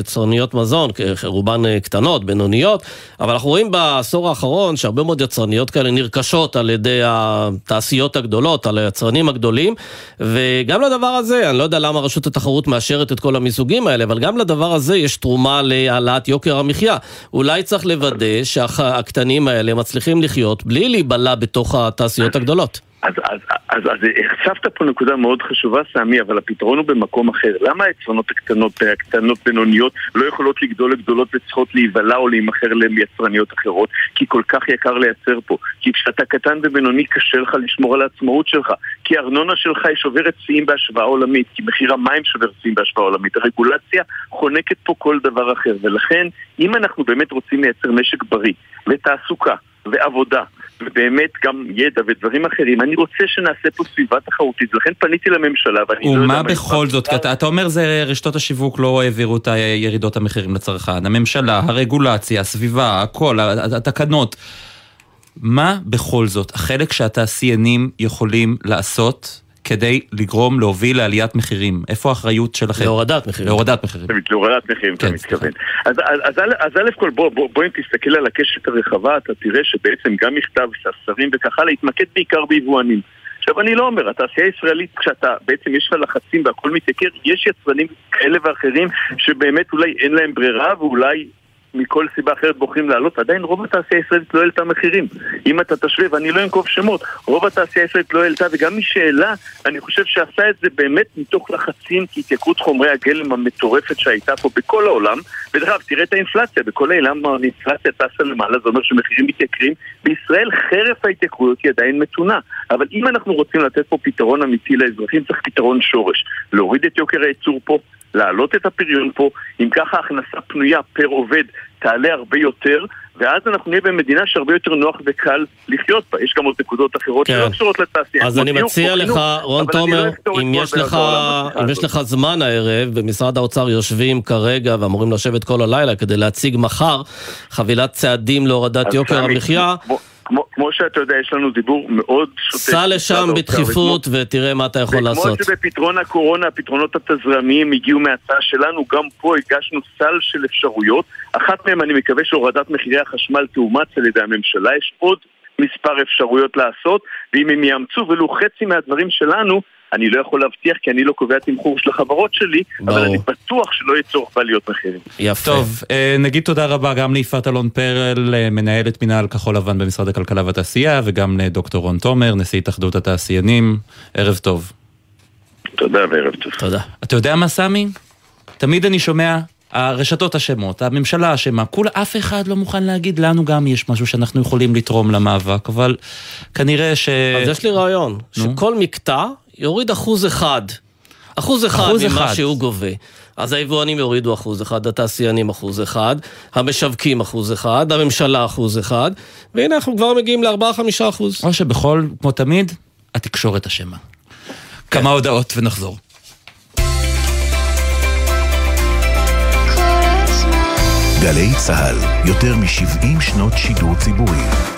יצרניות מזון, רובן קטנות, בינוניות, אבל אנחנו רואים בעשור האחרון שהרבה מאוד יצרניות כאלה נרכשות על ידי התעשיות הגדולות, על היצרנים הגדולים, וגם לדבר הזה, אני לא יודע למה רשות התחרות מאשרת את כל המיזוגים האלה, אבל גם לדבר הזה יש תרומה להעלאת יוקר המחיה. אולי צריך לוודא שהקטנים האלה מצליחים לחיות בלי להיבלה בתוך התעשיות הגדולות. אז, אז, אז, אז החשפת פה נקודה מאוד חשובה, סמי, אבל הפתרון הוא במקום אחר. למה היצרנות הקטנות, הקטנות בינוניות לא יכולות לגדול לגדולות וצריכות להיבלה או להימחר ליצרניות אחרות? כי כל כך יקר לייצר פה. כי כשאתה קטן ובינוני קשה לך לשמור על העצמאות שלך. כי הארנונה שלך היא שוברת שיאים בהשוואה עולמית. כי מחיר המים שובר שיאים בהשוואה עולמית. הרגולציה חונקת פה כל דבר אחר. ולכן, אם אנחנו באמת רוצים לייצר משק בריא ותעסוקה ועבודה, ובאמת גם ידע ודברים אחרים, אני רוצה שנעשה פה סביבה תחרותית, לכן פניתי לממשלה, ואני לא יודע... ומה בכל זאת? אתה אומר זה רשתות השיווק לא העבירו את הירידות המחירים לצרכן, הממשלה, הרגולציה, הסביבה, הכל, התקנות. מה בכל זאת החלק שהתעשיינים יכולים לעשות כדי לגרום להוביל לעליית מחירים? איפה האחריות שלכם? להורדת מחירים. להורדת מחירים. להורדת מחירים, אתה מתכוון. אז א' כל, בוא אם תסתכל על הקשת הרחבה, אתה תראה שבעצם גם מכתב שהשרים וככה להתמקד בעיקר ביבואנים. עכשיו אני לא אומר, התעשייה הישראלית, כשאתה בעצם יש לך לחצים והכל מתייקר, יש יצרנים כאלה ואחרים שבאמת אולי אין להם ברירה ואולי מכל סיבה אחרת בוחרים לעלות, עדיין רוב התעשייה הישראלית לא העלתה מחירים. אם אתה תשווה, ואני לא אנקוב שמות, רוב התעשייה הישראלית לא העלתה, וגם משאלה, אני חושב שעשה את זה באמת מתוך לחצים, כי התייקרות חומרי הגלם המטורפת שהייתה פה בכל העולם, ודרך אגב, תראה את האינפלציה, בכל העולם האינפלציה טסה למעלה, זה אומר שמחירים מתייקרים, בישראל חרף ההתייקרויות היא עדיין מתונה, אבל אם אנחנו רוצים לתת פה פתרון אמיתי לאזרחים, צריך פתרון שורש, להוריד את יוקר הייצור פה, להעלות את הפריון פה, אם ככה הכנסה פנויה פר עובד תעלה הרבה יותר, ואז אנחנו נהיה במדינה שהרבה יותר נוח וקל לחיות בה. יש גם עוד נקודות אחרות שלא קשורות לתעשייה. אז אני מציע לך, רון תומר, אם יש לך זמן הערב, במשרד האוצר יושבים כרגע ואמורים לשבת כל הלילה כדי להציג מחר חבילת צעדים להורדת יוקר המחיה. כמו, כמו שאתה יודע, יש לנו דיבור מאוד שוטף. סע לשם בדחיפות ותראה מה אתה יכול לעשות. וכמו שבפתרון הקורונה, הפתרונות התזרמיים הגיעו מהצעה שלנו, גם פה הגשנו סל של אפשרויות. אחת מהם אני מקווה שהורדת מחירי החשמל תאומץ על ידי הממשלה. יש עוד מספר אפשרויות לעשות, ואם הם יאמצו ולו חצי מהדברים שלנו, אני לא יכול להבטיח כי אני לא קובע תמחור של החברות שלי, אבל אני בטוח שלא יצורך בעליות מחירים. יפה. טוב, נגיד תודה רבה גם ליפעת אלון פרל, מנהלת מנהל כחול לבן במשרד הכלכלה והתעשייה, וגם לדוקטור רון תומר, נשיא התאחדות התעשיינים. ערב טוב. תודה וערב טוב. תודה. אתה יודע מה, סמי? תמיד אני שומע הרשתות השמות, הממשלה השמה, כול אף אחד לא מוכן להגיד לנו גם יש משהו שאנחנו יכולים לתרום למאבק, אבל כנראה ש... אז יש לי רעיון, שכל מקטע יוריד אחוז אחד, אחוז אחד ממה שהוא גובה. אז היבואנים יורידו אחוז אחד, התעשיינים אחוז אחד, המשווקים אחוז אחד, הממשלה אחוז אחד, והנה אנחנו כבר מגיעים לארבעה חמישה אחוז. או שבכל, כמו תמיד, התקשורת השמה. כמה הודעות ונחזור. גלי צהל, יותר מ-שבעים שנות שידור ציבורי.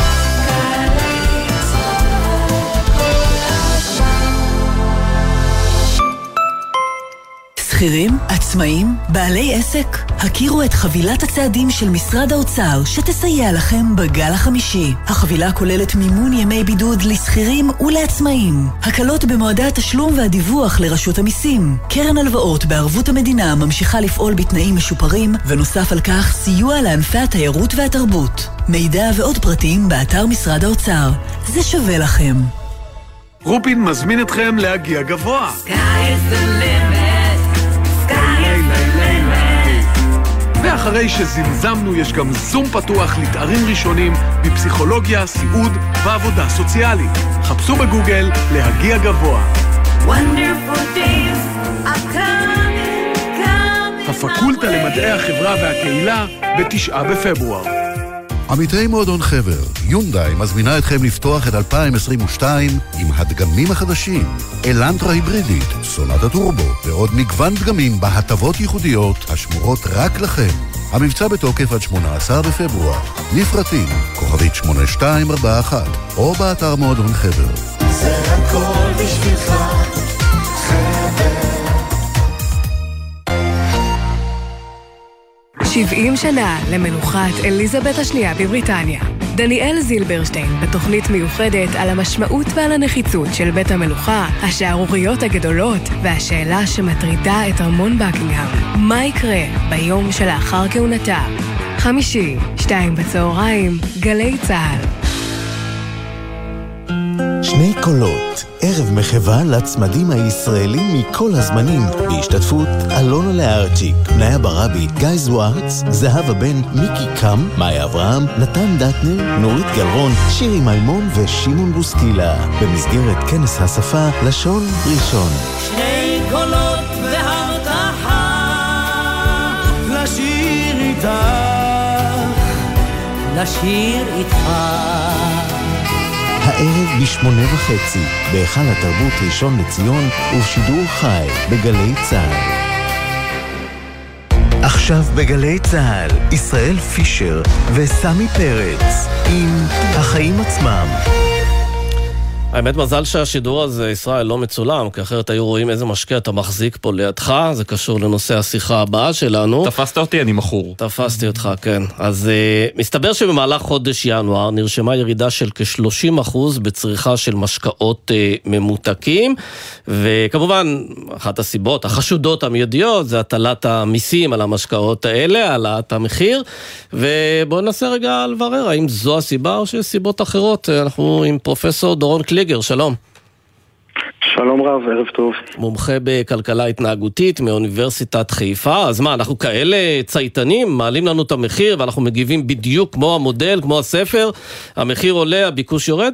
שכירים, עצמאים, בעלי עסק, הכירו את חבילת הצעדים של משרד האוצר שתסייע לכם בגל החמישי. החבילה כוללת מימון ימי בידוד לשכירים ולעצמאים, הקלות במועדי התשלום והדיווח לרשות המיסים, קרן הלוואות בערבות המדינה ממשיכה לפעול בתנאים משופרים, ונוסף על כך סיוע לענפי התיירות והתרבות. מידע ועוד פרטים באתר משרד האוצר. זה שווה לכם. רופין מזמין אתכם להגיע גבוה. ואחרי שזמזמנו יש גם זום פתוח לתארים ראשונים בפסיכולוגיה, סיעוד ועבודה סוציאלית. חפשו בגוגל להגיע גבוה. הפקולטה למדעי החברה והקהילה בתשעה בפברואר. עמיתי מועדון חבר, יונדאי מזמינה אתכם לפתוח את אלפיים עשרים ושתיים עם הדגמים החדשים, אלנטרה היברידית, סונטה טורבו, ועוד מגוון דגמים בהטבות ייחודיות השמורות רק לכם. המבצע בתוקף עד שמונה עשר בפברואר. לפרטים, כוכבית שמונה שתיים ארבע אחת, או באתר מועדון חבר. זה הכל בשבילך, חבר. שבעים שנה למלוכת אליזבת השנייה בבריטניה. דניאל זילברשטיין בתוכנית מיוחדת על המשמעות ועל הנחיצות של בית המלוכה, השערוריות הגדולות והשאלה שמטרידה את ארמון בקינגהאם. מה יקרה ביום שלאחר כהונתה? חמישי, שתיים בצהריים, גלי צהל. שני קולות, ערב מחווה לצמדים הישראלים מכל הזמנים, בהשתתפות אלונה לארצ'יק, ניה ברבי, גיא זוארץ, זהבה בן, מיקי קם, מאיה אברהם, נתן דטנר, נורית גלרון, שירי מימון ושימון בוסקילה, במסגרת כנס השפה לשון ראשון. שני קולות והבטחה לשיר איתך, לשיר איתך. הערב בשמונה וחצי, בהיכל התרבות ראשון לציון, ובשידור חי בגלי צהל. עכשיו בגלי צהל, ישראל פישר וסמי פרץ, עם החיים עצמם. האמת מזל שהשידור הזה, ישראל, לא מצולם, כי אחרת היו רואים איזה משקע אתה מחזיק פה לידך, זה קשור לנושא השיחה הבאה שלנו. תפסת אותי, אני מכור. תפסתי אותך, כן. אז uh, מסתבר שבמהלך חודש ינואר נרשמה ירידה של כ-שלושים אחוז בצריכה של משקאות uh, ממותקים, וכמובן, אחת הסיבות, החשודות המיידיות, זה הטלת המיסים על המשקאות האלה, העלאת המחיר, ובואו ננסה רגע לברר, האם זו הסיבה או שיש סיבות אחרות. אנחנו עם פרופסור דורון קליגר, שלום. שלום רב, ערב טוב. מומחה בכלכלה התנהגותית מאוניברסיטת חיפה. אז מה, אנחנו כאלה צייתנים, מעלים לנו את המחיר ואנחנו מגיבים בדיוק כמו המודל, כמו הספר, המחיר עולה, הביקוש יורד?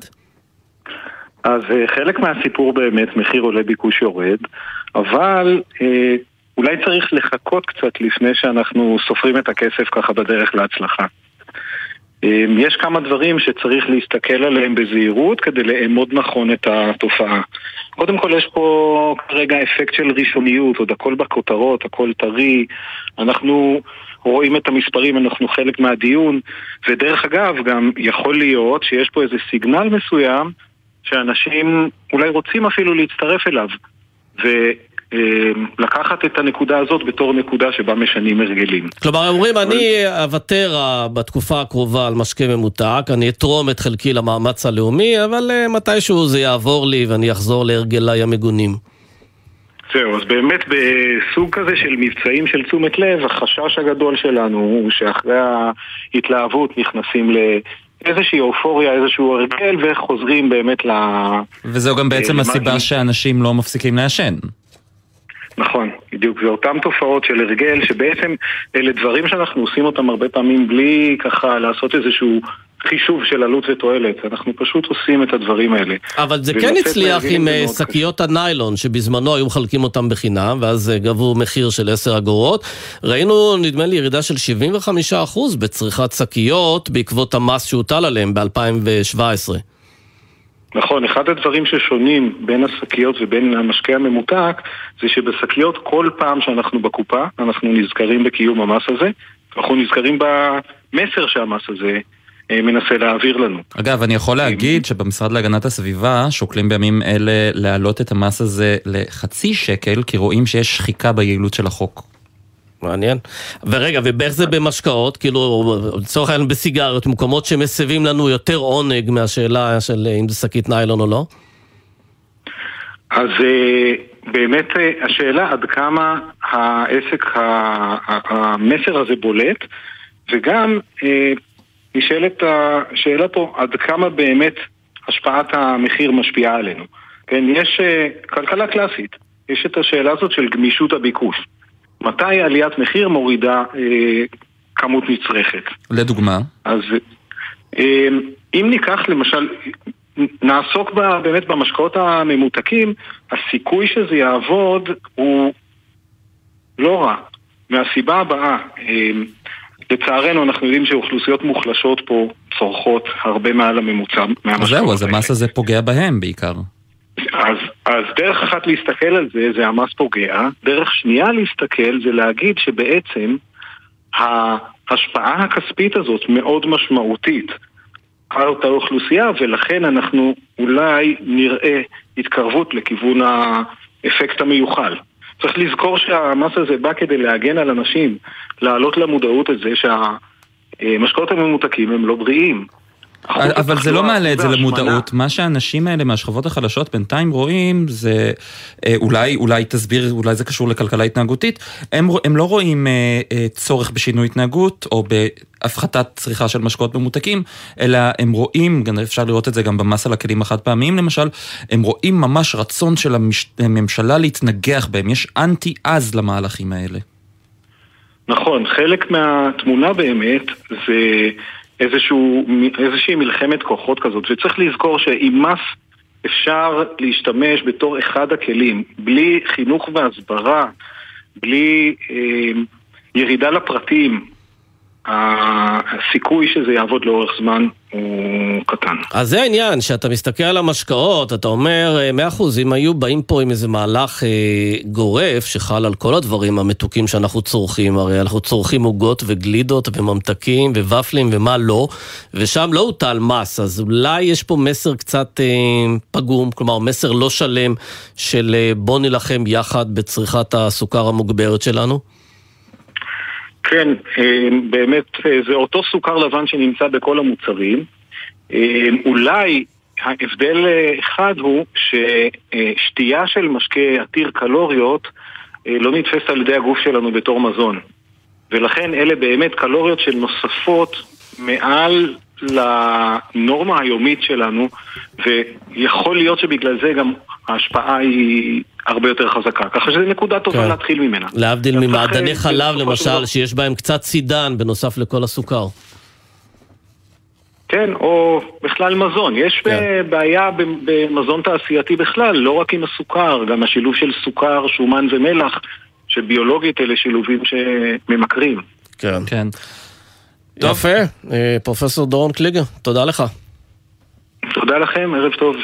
אז חלק מהסיפור באמת, מחיר עולה, ביקוש יורד, אבל אה, אולי צריך לחכות קצת לפני שאנחנו סופרים את הכסף ככה בדרך להצלחה. יש כמה דברים שצריך להסתכל עליהם בזהירות כדי לאמוד נכון את התופעה. קודם כל יש פה כרגע אפקט של ראשוניות, עוד הכל בכותרות, הכל טרי, אנחנו רואים את המספרים, אנחנו חלק מהדיון, ודרך אגב גם יכול להיות שיש פה איזה סיגנל מסוים שאנשים אולי רוצים אפילו להצטרף אליו, ו... לקחת את הנקודה הזאת בתור נקודה שבה משנים הרגלים. כלומר, אומרים, אני אוותר בתקופה הקרובה על משקה ממותק, אני אתרום את חלקי למאמץ הלאומי, אבל מתישהו זה יעבור לי ואני אחזור להרגליי המגונים. זהו, אז באמת בסוג כזה של מבצעים של תשומת לב, החשש הגדול שלנו הוא שאחרי ההתלהבות נכנסים ל... איזושהי אופוריה, איזשהו הרגל, וחוזרים באמת ל... וזו גם בעצם הסיבה שאנשים לא מפסיקים לעשן. נכון, בדיוק, זה אותם תופעות של הרגל, שבעצם אלה דברים שאנחנו עושים אותם הרבה פעמים בלי ככה לעשות איזשהו חישוב של עלות ותועלת, אנחנו פשוט עושים את הדברים האלה. אבל זה כן הצליח עם שקיות הניילון, שבזמנו היו מחלקים אותם בחינם, ואז גבו מחיר של עשר אגורות. ראינו, נדמה לי, ירידה של שבעים וחמישה אחוז בצריכת שקיות, בעקבות המס שהוטל עליהם ב-אלפיים שבע עשרה. נכון, אחד הדברים ששונים בין השקיות ובין המשקה הממותק זה שבשקיות כל פעם שאנחנו בקופה אנחנו נזכרים בקיום המס הזה, אנחנו נזכרים במסר שהמס הזה מנסה להעביר לנו. אגב, אני יכול להגיד שבמשרד להגנת הסביבה שוקלים בימים אלה להעלות את המס הזה לחצי שקל, כי רואים שיש שחיקה ביעילות של החוק. מעניין. ורגע, ובאיך זה במשקאות? כאילו, לצורך העניין בסיגריות, מקומות שמסבים לנו יותר עונג מהשאלה של אם זה שקית ניילון או לא? אז באמת השאלה עד כמה העסק, המסר הזה בולט, וגם נשאלת השאלה פה עד כמה באמת השפעת המחיר משפיעה עלינו. כן, יש כלכלה קלאסית, יש את השאלה הזאת של גמישות הביקוש. מתי עליית מחיר מורידה אה, כמות נצרכת? לדוגמה? אז אה, אם ניקח למשל, נעסוק בה, באמת במשקאות הממותקים, הסיכוי שזה יעבוד הוא לא רע. מהסיבה הבאה, אה, לצערנו אנחנו יודעים שאוכלוסיות מוחלשות פה צורכות הרבה מעל הממוצע. אז זהו, אז המס הזה פוגע בהם בעיקר. אז, אז דרך אחת להסתכל על זה, זה המס פוגע. דרך שנייה להסתכל זה להגיד שבעצם ההשפעה הכספית הזאת מאוד משמעותית על אותה אוכלוסייה, ולכן אנחנו אולי נראה התקרבות לכיוון האפקט המיוחל. צריך לזכור שהמס הזה בא כדי להגן על אנשים, להעלות למודעות את זה שהמשקאות הממותקים הם לא בריאים. אבל זה לא מעלה את זה למודעות. מה שהאנשים האלה מהשכבות החלשות בינתיים רואים זה, אולי, אולי תסביר, אולי זה קשור לכלכלה התנהגותית, הם, הם לא רואים צורך בשינוי התנהגות או בהפחתת צריכה של משקאות ממותקים, אלא הם רואים, אפשר לראות את זה גם במס על הכלים החד פעמיים למשל, הם רואים ממש רצון של הממשלה להתנגח בהם, יש אנטי אז למהלכים האלה. נכון, חלק מהתמונה באמת זה איזשהו, איזושהי מלחמת כוחות כזאת, וצריך לזכור שעם מס אפשר להשתמש בתור אחד הכלים, בלי חינוך והסברה, בלי אה, ירידה לפרטים, הסיכוי שזה יעבוד לאורך זמן הוא קטן. אז זה העניין, שאתה מסתכל על המשקאות, אתה אומר, מאה אחוז, אם היו באים פה עם איזה מהלך אה, גורף, שחל על כל הדברים המתוקים שאנחנו צורכים, הרי אנחנו צורכים עוגות וגלידות וממתקים וופלים ומה לא, ושם לא הוטל מס, אז אולי יש פה מסר קצת אה, פגום, כלומר מסר לא שלם של אה, בוא נלחם יחד בצריכת הסוכר המוגברת שלנו? כן, באמת זה אותו סוכר לבן שנמצא בכל המוצרים. אולי ההבדל אחד הוא ששתייה של משקה עתיר קלוריות לא נתפס על ידי הגוף שלנו בתור מזון. ולכן אלה באמת קלוריות של נוספות מעל לנורמה היומית שלנו, ויכול להיות שבגלל זה גם ההשפעה היא הרבה יותר חזקה. ככה שזה נקודה טובה להתחיל ממנה. להבדיל ממעדני חלב למשל, שיש בהם קצת סידן בנוסף לכל הסוכר. כן, או בכלל מזון. יש בעיה במזון תעשייתי בכלל, לא רק עם הסוכר, גם השילוב של סוכר, שומן ומלח, שביולוגית אלה שילובים שממכרים. כן. כן. יפה, פרופסור דורון קליגר, תודה לך. תודה לכם, ערב טוב.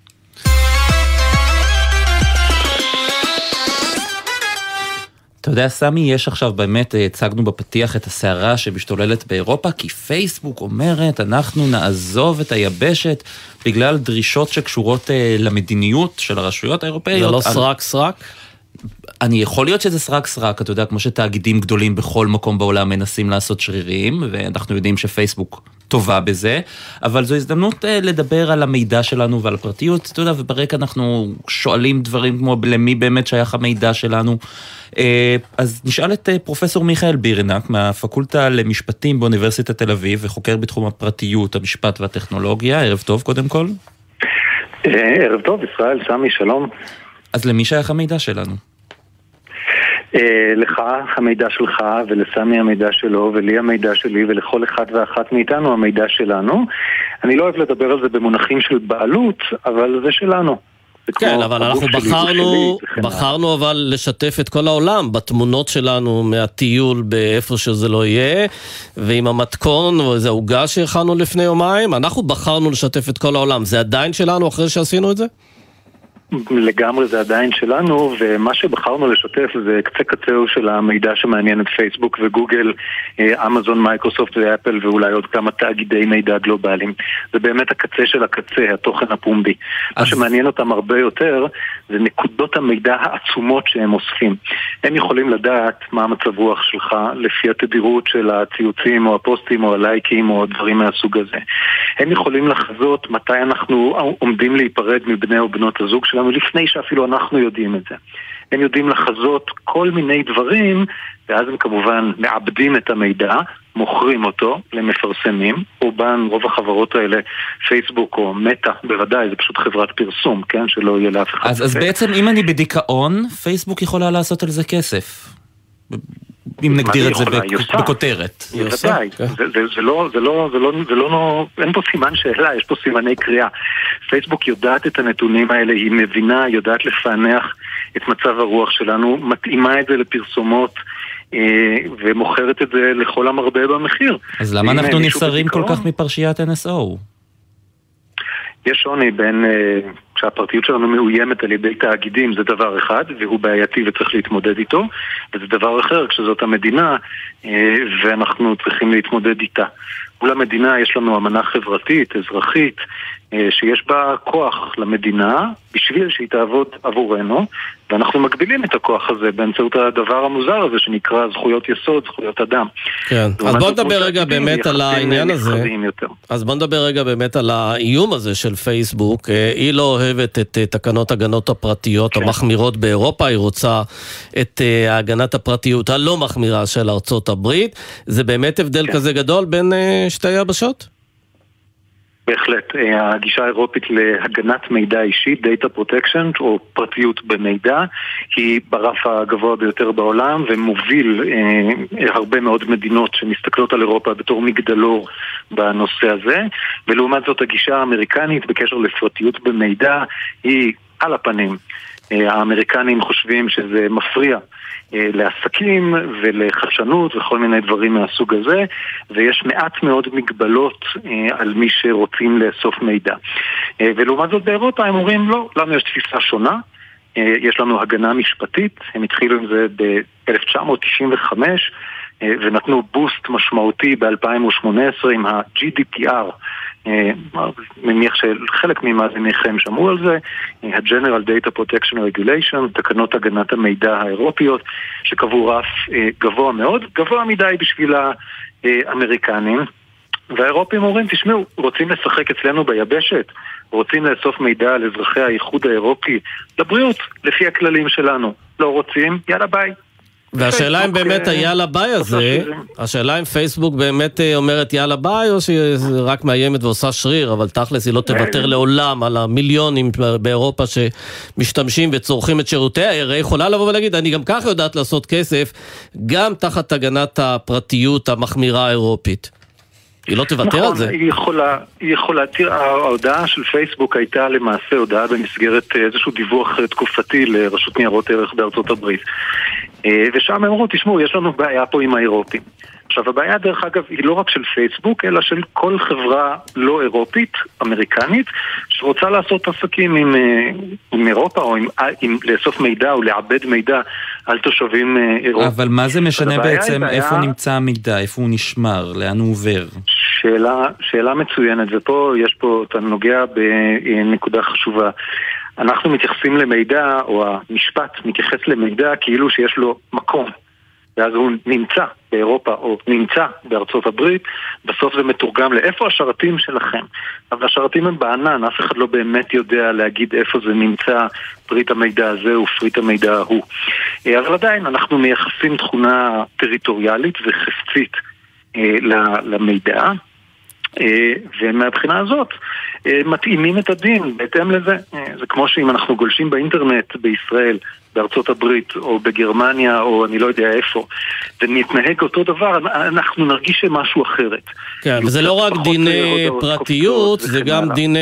אתה יודע, סמי, יש עכשיו באמת, הצגנו בפתיח את הסערה שמשתוללת באירופה, כי פייסבוק אומרת, אנחנו נעזוב את היבשת בגלל דרישות שקשורות למדיניות של הרשויות האירופאיות. זה לא סרק סרק? אני יכול להיות שזה סרק סרק, אתה יודע, כמו שתאגידים גדולים בכל מקום בעולם מנסים לעשות שרירים, ואנחנו יודעים שפייסבוק טובה בזה, אבל זו הזדמנות לדבר על המידע שלנו ועל הפרטיות, אתה יודע, וברקע אנחנו שואלים דברים כמו למי באמת שייך המידע שלנו. אז נשאל את פרופסור מיכאל בירנק מהפקולטה למשפטים באוניברסיטת תל אביב, וחוקר בתחום הפרטיות, המשפט והטכנולוגיה. ערב טוב קודם כל. ערב טוב, ישראל, סמי, שלום. אז למי שייך המידע שלנו? לך המידע שלך ולסמי המידע שלו ולי המידע שלי ולכל אחד ואחת מאיתנו המידע שלנו. אני לא אוהב לדבר על זה במונחים של בעלות, אבל זה שלנו. כן, אבל אנחנו בחרנו, בחרנו אבל לשתף את כל העולם בתמונות שלנו מהטיול באיפה שזה לא יהיה, ועם המתכון וזה הוגה שהכנו לפני יומיים, אנחנו בחרנו לשתף את כל העולם. זה עדיין שלנו אחרי שעשינו את זה? לגמרי זה עדיין שלנו, ומה שבחרנו לשתף זה קצה קצהו של המידע שמעניין את פייסבוק וגוגל, אמזון, מייקרוסופט ואפל ואולי עוד כמה תאגידי מידע גלובליים. זה באמת הקצה של הקצה, התוכן הפומבי. אז... מה שמעניין אותם הרבה יותר זה נקודות המידע העצומות שהם אוספים. הם יכולים לדעת מה המצב רוח שלך לפי התדירות של הציוצים או הפוסטים או הלייקים או דברים מהסוג הזה. הם יכולים לחזות מתי אנחנו עומדים להיפרד מבני או בנות הזוג שלנו לפני שאפילו אנחנו יודעים את זה. הם יודעים לחזות כל מיני דברים, ואז הם כמובן מעבדים את המידע, מוכרים אותו למפרסמים, רובן, רוב החברות האלה, פייסבוק או מטה, בוודאי, זה פשוט חברת פרסום, כן? שלא יהיה לאף אחד. אז, אז בעצם אם אני בדיכאון, פייסבוק יכולה לעשות על זה כסף. אם נגדיר את זה בכותרת. בוודאי, זה לא, זה לא, זה לא, זה לא, אין פה סימן שאלה, יש פה סימני קריאה. פייסבוק יודעת את הנתונים האלה, היא מבינה, יודעת לפענח את מצב הרוח שלנו, מתאימה את זה לפרסומות, ומוכרת את זה לכל המרבה במחיר. אז למה אנחנו נסערים כל כך מפרשיית אן אס או? יש שוני בין, כשהפרטיות שלנו מאוימת על ידי תאגידים, זה דבר אחד, והוא בעייתי וצריך להתמודד איתו, וזה דבר אחר כשזאת המדינה, ואנחנו צריכים להתמודד איתה. מול המדינה יש לנו אמנה חברתית, אזרחית, שיש בה כוח למדינה, בשביל שהיא תעבוד עבורנו, ואנחנו מגבילים את הכוח הזה באמצעות הדבר המוזר הזה שנקרא זכויות יסוד, זכויות אדם. כן, אז בוא נדבר רגע באמת על העניין הזה. אז בוא נדבר רגע באמת על האיום הזה של פייסבוק. היא לא אוהבת את תקנות הגנות הפרטיות המחמירות באירופה, היא רוצה את הגנת הפרטיות הלא מחמירה של ארצות הברית. זה באמת הבדל כזה גדול בין שתי יבשות? בהחלט, הגישה האירופית להגנת מידע אישי, Data Protection, או פרטיות במידע, היא ברף הגבוה ביותר בעולם, ומוביל אה, הרבה מאוד מדינות שמסתכלות על אירופה בתור מגדלור בנושא הזה, ולעומת זאת הגישה האמריקנית בקשר לפרטיות במידע היא על הפנים. אה, האמריקנים חושבים שזה מפריע לעסקים ולחדשנות וכל מיני דברים מהסוג הזה, ויש מעט מאוד מגבלות על מי שרוצים לאסוף מידע. ולעומת זאת באירופה הם אומרים לא, לנו יש תפיסה שונה, יש לנו הגנה משפטית, הם התחילו עם זה ב-אלף תשע מאות תשעים וחמש ונתנו בוסט משמעותי ב-אלפיים ושמונה עשרה עם ה-ג'י די פי אר, מניח שחלק ממאזיניכם שמעו על זה, ה-General Data Protection Regulation, תקנות הגנת המידע האירופיות, שקבעו רף גבוה מאוד, גבוה מדי בשביל האמריקנים, והאירופים אומרים, תשמעו, רוצים לשחק אצלנו ביבשת, רוצים לאסוף מידע על אזרחי האיחוד האירופי לבריאות, לפי הכללים שלנו, לא רוצים, יאללה ביי. והשאלה אם באמת היאללה ביי הזה, השאלה אם פייסבוק באמת אומרת יאללה ביי, או שהיא רק מאיימת ועושה שריר, אבל תכלס היא לא תוותר לעולם על המיליונים באירופה שמשתמשים וצורכים את שירותיה, היא יכולה לבוא ולהגיד, אני גם ככה יודעת לעשות כסף, גם תחת הגנת הפרטיות המחמירה האירופית. היא לא תוותר על זה. היא יכולה, היא יכולה, תראה, ההודעה של פייסבוק הייתה למעשה הודעה במסגרת איזשהו דיווח תקופתי לרשות ניירות ערך בארצות הברית. ושם הם אמרו, תשמעו, יש לנו בעיה פה עם האירופים. עכשיו, הבעיה דרך אגב היא לא רק של פייסבוק, אלא של כל חברה לא אירופית, אמריקנית, שרוצה לעשות עסקים עם, עם אירופה, או עם, עם לאסוף מידע או לעבד מידע על תושבים אירופים. אבל מה זה משנה בעצם בעיה... איפה נמצא המידע, איפה הוא נשמר, לאן הוא עובר? שאלה, שאלה מצוינת, ופה יש פה, אתה נוגע בנקודה חשובה. אנחנו מתייחסים למידע, או המשפט מתייחס למידע כאילו שיש לו מקום. ואז הוא נמצא באירופה או נמצא בארצות הברית, בסוף זה מתורגם לאיפה השרתים שלכם. אבל השרתים הם בענן, אף אחד לא באמת יודע להגיד איפה זה נמצא פריט המידע הזה ופריט המידע ההוא. אבל עדיין אנחנו מייחסים תכונה טריטוריאלית וחפצית למידע, ומהבחינה הזאת מתאימים את הדין בהתאם לזה. זה כמו שאם אנחנו גולשים באינטרנט בישראל, בארצות הברית או בגרמניה או אני לא יודע איפה, ונתנהג אותו דבר, אנחנו נרגיש משהו אחרת. כן, וזה לא רק דיני פרטיות, זה גם דיני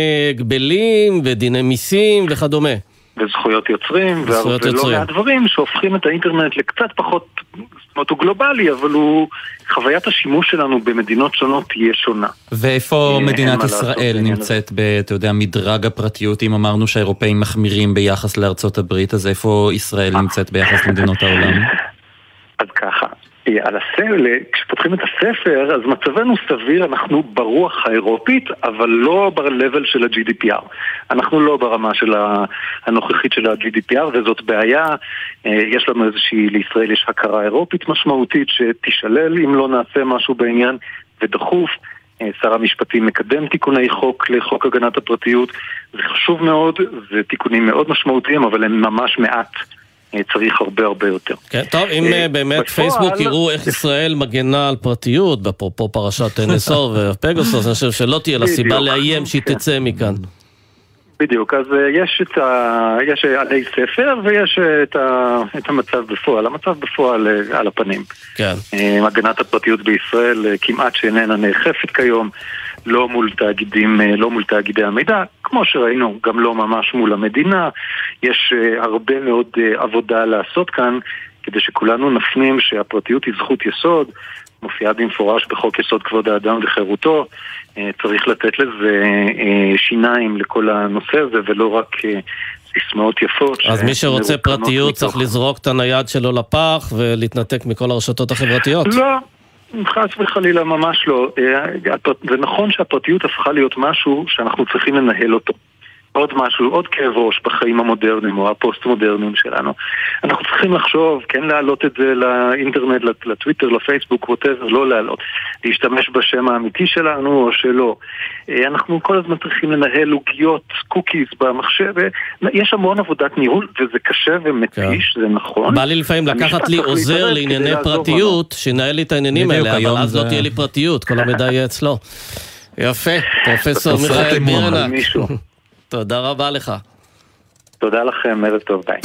גבלים ודיני מיסים וכדומה. וזכויות יוצרים, ולא מהדברים שהופכים את האינטרנט לקצת פחות, זאת אומרת הוא גלובלי, אבל הוא, חוויית השימוש שלנו במדינות שונות תהיה שונה. ואיפה מדינת ישראל נמצאת אתה יודע, מדרג הפרטיות, אם אמרנו שהאירופאים מחמירים ביחס לארצות הברית, אז איפה ישראל נמצאת ביחס למדינות העולם? אז ככה, על הספר, כשפותחים את הספר, אז מצבנו סביר, אנחנו ברוח האירופית, אבל לא ברלבל של ה-ג'י די פי אר. אנחנו לא ברמה של הנוכחית של ה-ג'י די פי אר, וזאת בעיה. יש לנו איזושהי, לישראל יש הכרה אירופית משמעותית, שתישלל אם לא נעשה משהו בעניין, ודחוף. שר המשפטים מקדם תיקוני חוק לחוק הגנת הפרטיות. זה חשוב מאוד, זה תיקונים מאוד משמעותיים, אבל הם ממש מעט. צריך הרבה הרבה יותר. כן, טוב, אם באמת פייסבוק יראו איך ישראל מגנה על פרטיות, בפרופו פרשת אן אס או ופגסוס, אני חושב שלא תהיה לה סיבה לאיים שהיא תצא מכאן. בדיוק, אז יש את ה... יש עלי ספר ויש את, ה... את המצב בפועל. המצב בפועל על הפנים. כן. הגנת הפרטיות בישראל כמעט שאיננה נאכפת כיום, לא מול תאגידים, לא מול תאגידי המידע, כמו שראינו, גם לא ממש מול המדינה. יש הרבה מאוד עבודה לעשות כאן, כדי שכולנו נפנים שהפרטיות היא זכות יסוד, מופיעה במפורש בחוק יסוד כבוד האדם וחירותו, צריך לתת לזה שיניים לכל הנושא הזה, ולא רק סיסמאות יפות. אז מי שרוצה פרטיות צריך לזרוק את הנייד שלו לפח, ולהתנתק מכל הרשתות החברתיות? לא. חס וחלילה ממש לא. זה נכון שהפרטיות הפכה להיות משהו שאנחנו צריכים לנהל אותו. עוד משהו, עוד כאב ראש בחיים המודרניים או הפוסט-מודרניים שלנו. אנחנו צריכים לחשוב, כן להעלות את זה לאינטרנט, לטוויטר, לפייסבוק, whatever, לא להעלות. להשתמש בשם האמיתי שלנו או שלא. אנחנו כל הזמן צריכים לנהל לוגיות, קוקיז במחשב. יש המון עבודת ניהול, וזה קשה ומתיש, זה נכון. בא לי לפעמים לקחת לי עוזר לענייני פרטיות, שינהל לי את העניינים האלה, אבל אז לא תהיה לי פרטיות, כל המידע יהיה אצלו. יפה, פרופסור מיכאל בירנק. תודה רבה לך. תודה לכם, ערב טוב, ביי.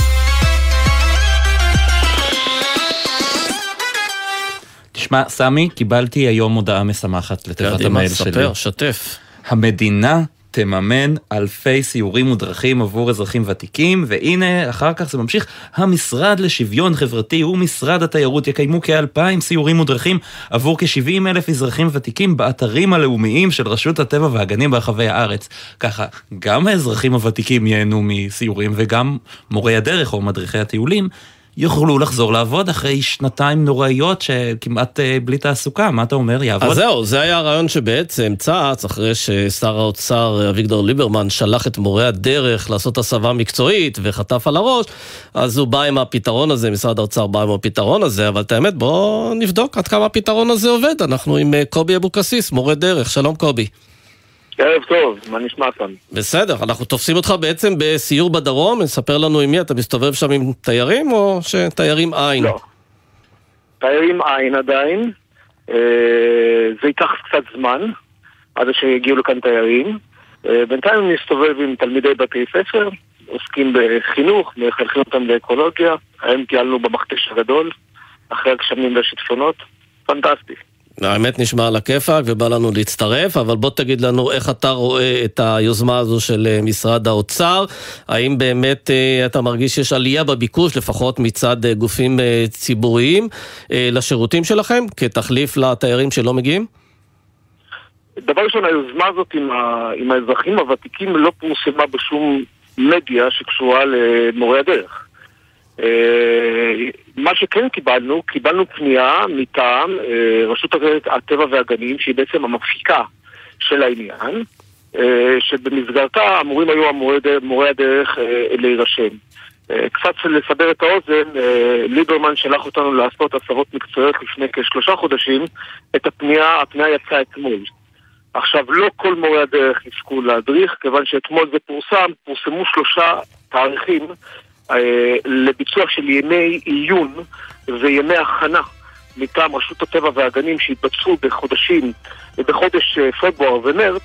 תשמע, סמי, קיבלתי היום הודעה משמחת לתיבת המייל שלי. ספר, שתף. המדינה תממן אלפי סיורים ודרכים עבור אזרחים ותיקים, והנה אחר כך זה ממשיך, המשרד לשוויון חברתי ומשרד התיירות יקיימו כאלפיים סיורים ודרכים עבור כ-שבעים אלף אזרחים ותיקים באתרים הלאומיים של רשות הטבע והגנים ברחבי הארץ. ככה, גם האזרחים הוותיקים ייהנו מסיורים, וגם מורי הדרך או מדריכי הטיולים יוכלו לחזור לעבוד אחרי שנתיים נוראיות שכמעט בלי תעסוקה. מה אתה אומר? יעבוד? אז זהו, זה היה הרעיון שבעצם צץ אחרי ששר האוצר אביגדור ליברמן שלח את מורי הדרך לעשות הסבה מקצועית וחטף על הראש, אז הוא בא עם הפתרון הזה, משרד האוצר בא עם הפתרון הזה, אבל את האמת בואו נבדוק עד כמה הפתרון הזה עובד. אנחנו עם קובי אבוקסיס, מורה דרך. שלום קובי. ערב טוב, מה נשמע כאן? בסדר, אנחנו תופסים אותך בעצם בסיור בדרום, נספר לנו עם מי, אתה מסתובב שם עם תיירים או שתיירים עין? לא, תיירים עין עדיין, זה ייקח קצת זמן עד שיגיעו לכאן תיירים, בינתיים אני מסתובב עם תלמידי בתי ספר, עוסקים בחינוך, מחנכים אותם לאקולוגיה, היום טיילנו במכתש הגדול, אחרי הגשמים והשיטפונות, פנטסטי. האמת נשמע על הכיפק ובא לנו להצטרף, אבל בוא תגיד לנו איך אתה רואה את היוזמה הזו של משרד האוצר, האם באמת אתה מרגיש שיש עלייה בביקוש, לפחות מצד גופים ציבוריים, לשירותים שלכם, כתחליף לתיירים שלא מגיעים? דבר ראשון, היוזמה הזאת עם, ה... עם האזרחים הוותיקים לא פורסמה בשום מדיה שקשורה למורי הדרך. מה שכן קיבלנו, קיבלנו פנייה מטעם רשות הטבע והגנים, שהיא בעצם המפיקה של העניין, שבמסגרתה אמורים היו מורי הדרך להירשם. קצת לסדר את האוזן, ליברמן שלח אותנו לעשות עשרות מקצועיות לפני כשלושה חודשים, את הפנייה, הפנייה יצאה אתמול. עכשיו, לא כל מורי הדרך יזכו להדריך, כיוון שאתמול זה פורסם, פורסמו שלושה תאריכים, לביצוע של ימי עיון וימי הכנה מטעם רשות הטבע והגנים שהתבצעו בחודשים, בחודש פברואר ומרץ,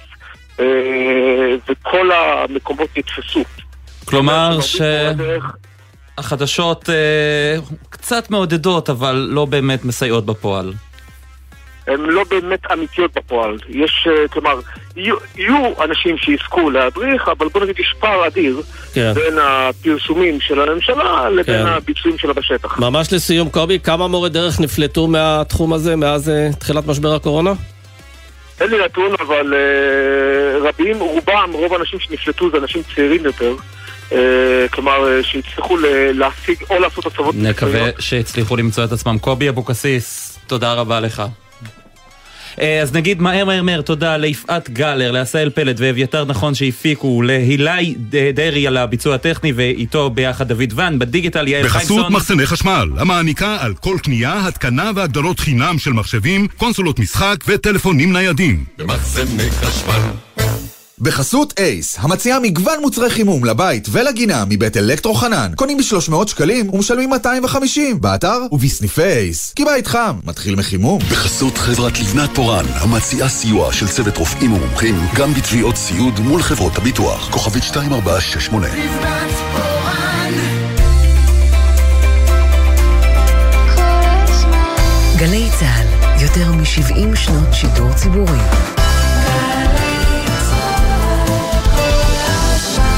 וכל המקומות נתפסו. כלומר שהחדשות קצת מעודדות אבל לא באמת מסייעות בפועל. הן לא באמת אמיתיות בפועל. יש, כלומר, יהיו, יהיו אנשים שיזכו להדריך, אבל בוא נגיד יש פער אדיר כן. בין הפרסומים של הממשלה לבין כן. הביצועים שלה בשטח. ממש לסיום, קובי, כמה מורי דרך נפלטו מהתחום הזה מאז uh, תחילת משבר הקורונה? אין לי נתון, אבל uh, רבים, רובם, רוב האנשים שנפלטו זה אנשים צעירים יותר, uh, כלומר, uh, שהצליחו להשיג או לעשות הצוות. נקווה שהצליחו למצוא את עצמם. קובי אבוקסיס, תודה רבה לך. אז נגיד מהר מהר מהר תודה ליפעת גלר, לעשאל פלד ואביתר נכון שהפיקו, להילי דרי על הביצוע הטכני ואיתו ביחד דוד ון, בדיגיטל יעל חיימסון. בחסות מחסני חשמל, המעניקה על כל קנייה, התקנה והגדלות חינם של מחשבים, קונסולות משחק וטלפונים ניידים. במחסני חשמל. בחסות אייס, המציעה מגוון מוצרי חימום לבית ולגינה מבית אלקטרו חנן. קונים ב-שלוש מאות שקלים ומשלמים מאתיים וחמישים באתר ובסניפי אייס. כי בית חם, מתחיל מחימום. בחסות חברת לבנת פורן, המציעה סיוע של צוות רופאים ומומחים, גם בתביעות סיוד מול חברות הביטוח. כוכבית שתיים ארבע שש שמונה. לבנת פורן. גלי צהל, יותר מ-שבעים שנות שידור ציבורי.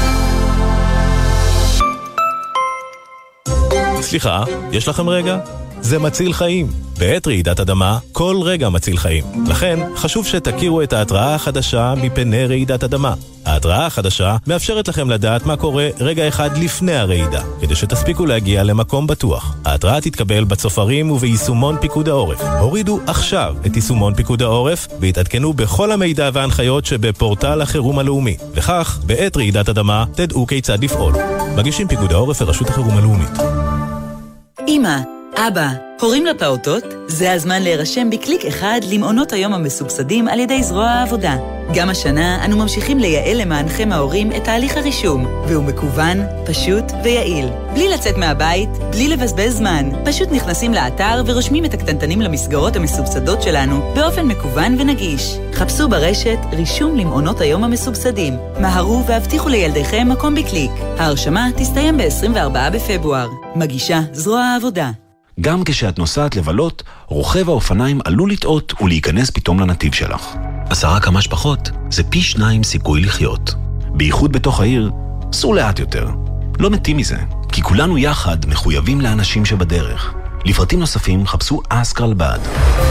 סליחה, יש לכם רגע? זה מציל חיים. בעת רעידת אדמה, כל רגע מציל חיים. לכן, חשוב שתכירו את ההתראה החדשה מפני רעידת אדמה. ההתראה החדשה מאפשרת לכם לדעת מה קורה רגע אחד לפני הרעידה, כדי שתספיקו להגיע למקום בטוח. ההתראה תתקבל בצופרים וביישומון פיקוד העורף. הורידו עכשיו את יישומון פיקוד העורף והתעדכנו בכל המידע וההנחיות שבפורטל החירום הלאומי. וכך, בעת רעידת אדמה, תדעו כיצד לפעול. מגישים פיקוד העורף לרשות החירום הלאומית. אמא, אבא, הורים לפעוטות? זה הזמן להירשם בקליק אחד למעונות היום המסובסדים על ידי זרוע העבודה. גם השנה אנו ממשיכים לייעל למענכם ההורים את תהליך הרישום, והוא מקוון, פשוט ויעיל. בלי לצאת מהבית, בלי לבזבז זמן. פשוט נכנסים לאתר ורושמים את הקטנטנים למסגרות המסובסדות שלנו באופן מקוון ונגיש. חפשו ברשת רישום למעונות היום המסובסדים. מהרו והבטיחו לילדיכם מקום בקליק. ההרשמה תסתיים ב-עשרים וארבעה בפברואר. מגישה זרוע העבודה. גם כשאת נוסעת לבלות, רוכב האופניים עלול לטעות ולהיכנס פתאום לנתיב שלך. עשרה כמה שפחות זה פי שניים סיכוי לחיות. בייחוד בתוך העיר, סעו לאט יותר. לא מתים מזה, כי כולנו יחד מחויבים לאנשים שבדרך. לפרטים נוספים חפשו אסקרלבד.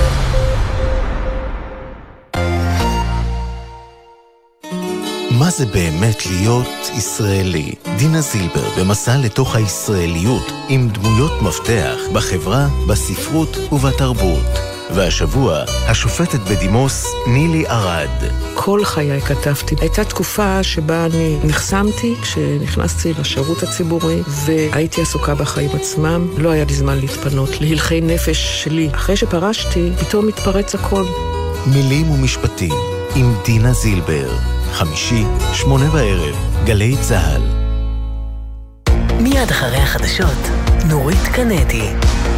מה זה באמת להיות ישראלי? דינה זילבר במסע לתוך הישראליות עם דמויות מפתח בחברה, בספרות ובתרבות. והשבוע, השופטת בדימוס נילי ארד. כל חיי כתבתי. הייתה תקופה שבה אני נחסמתי כשנכנסתי לשירות הציבורי והייתי עסוקה בחיים עצמם. לא היה לי זמן להתפנות להלכי נפש שלי. אחרי שפרשתי, פתאום מתפרץ הכל. מילים ומשפטים עם דינה זילבר. חמישי, שמונה בערב, גלי צהל. מיד אחרי החדשות, נורית קנדי.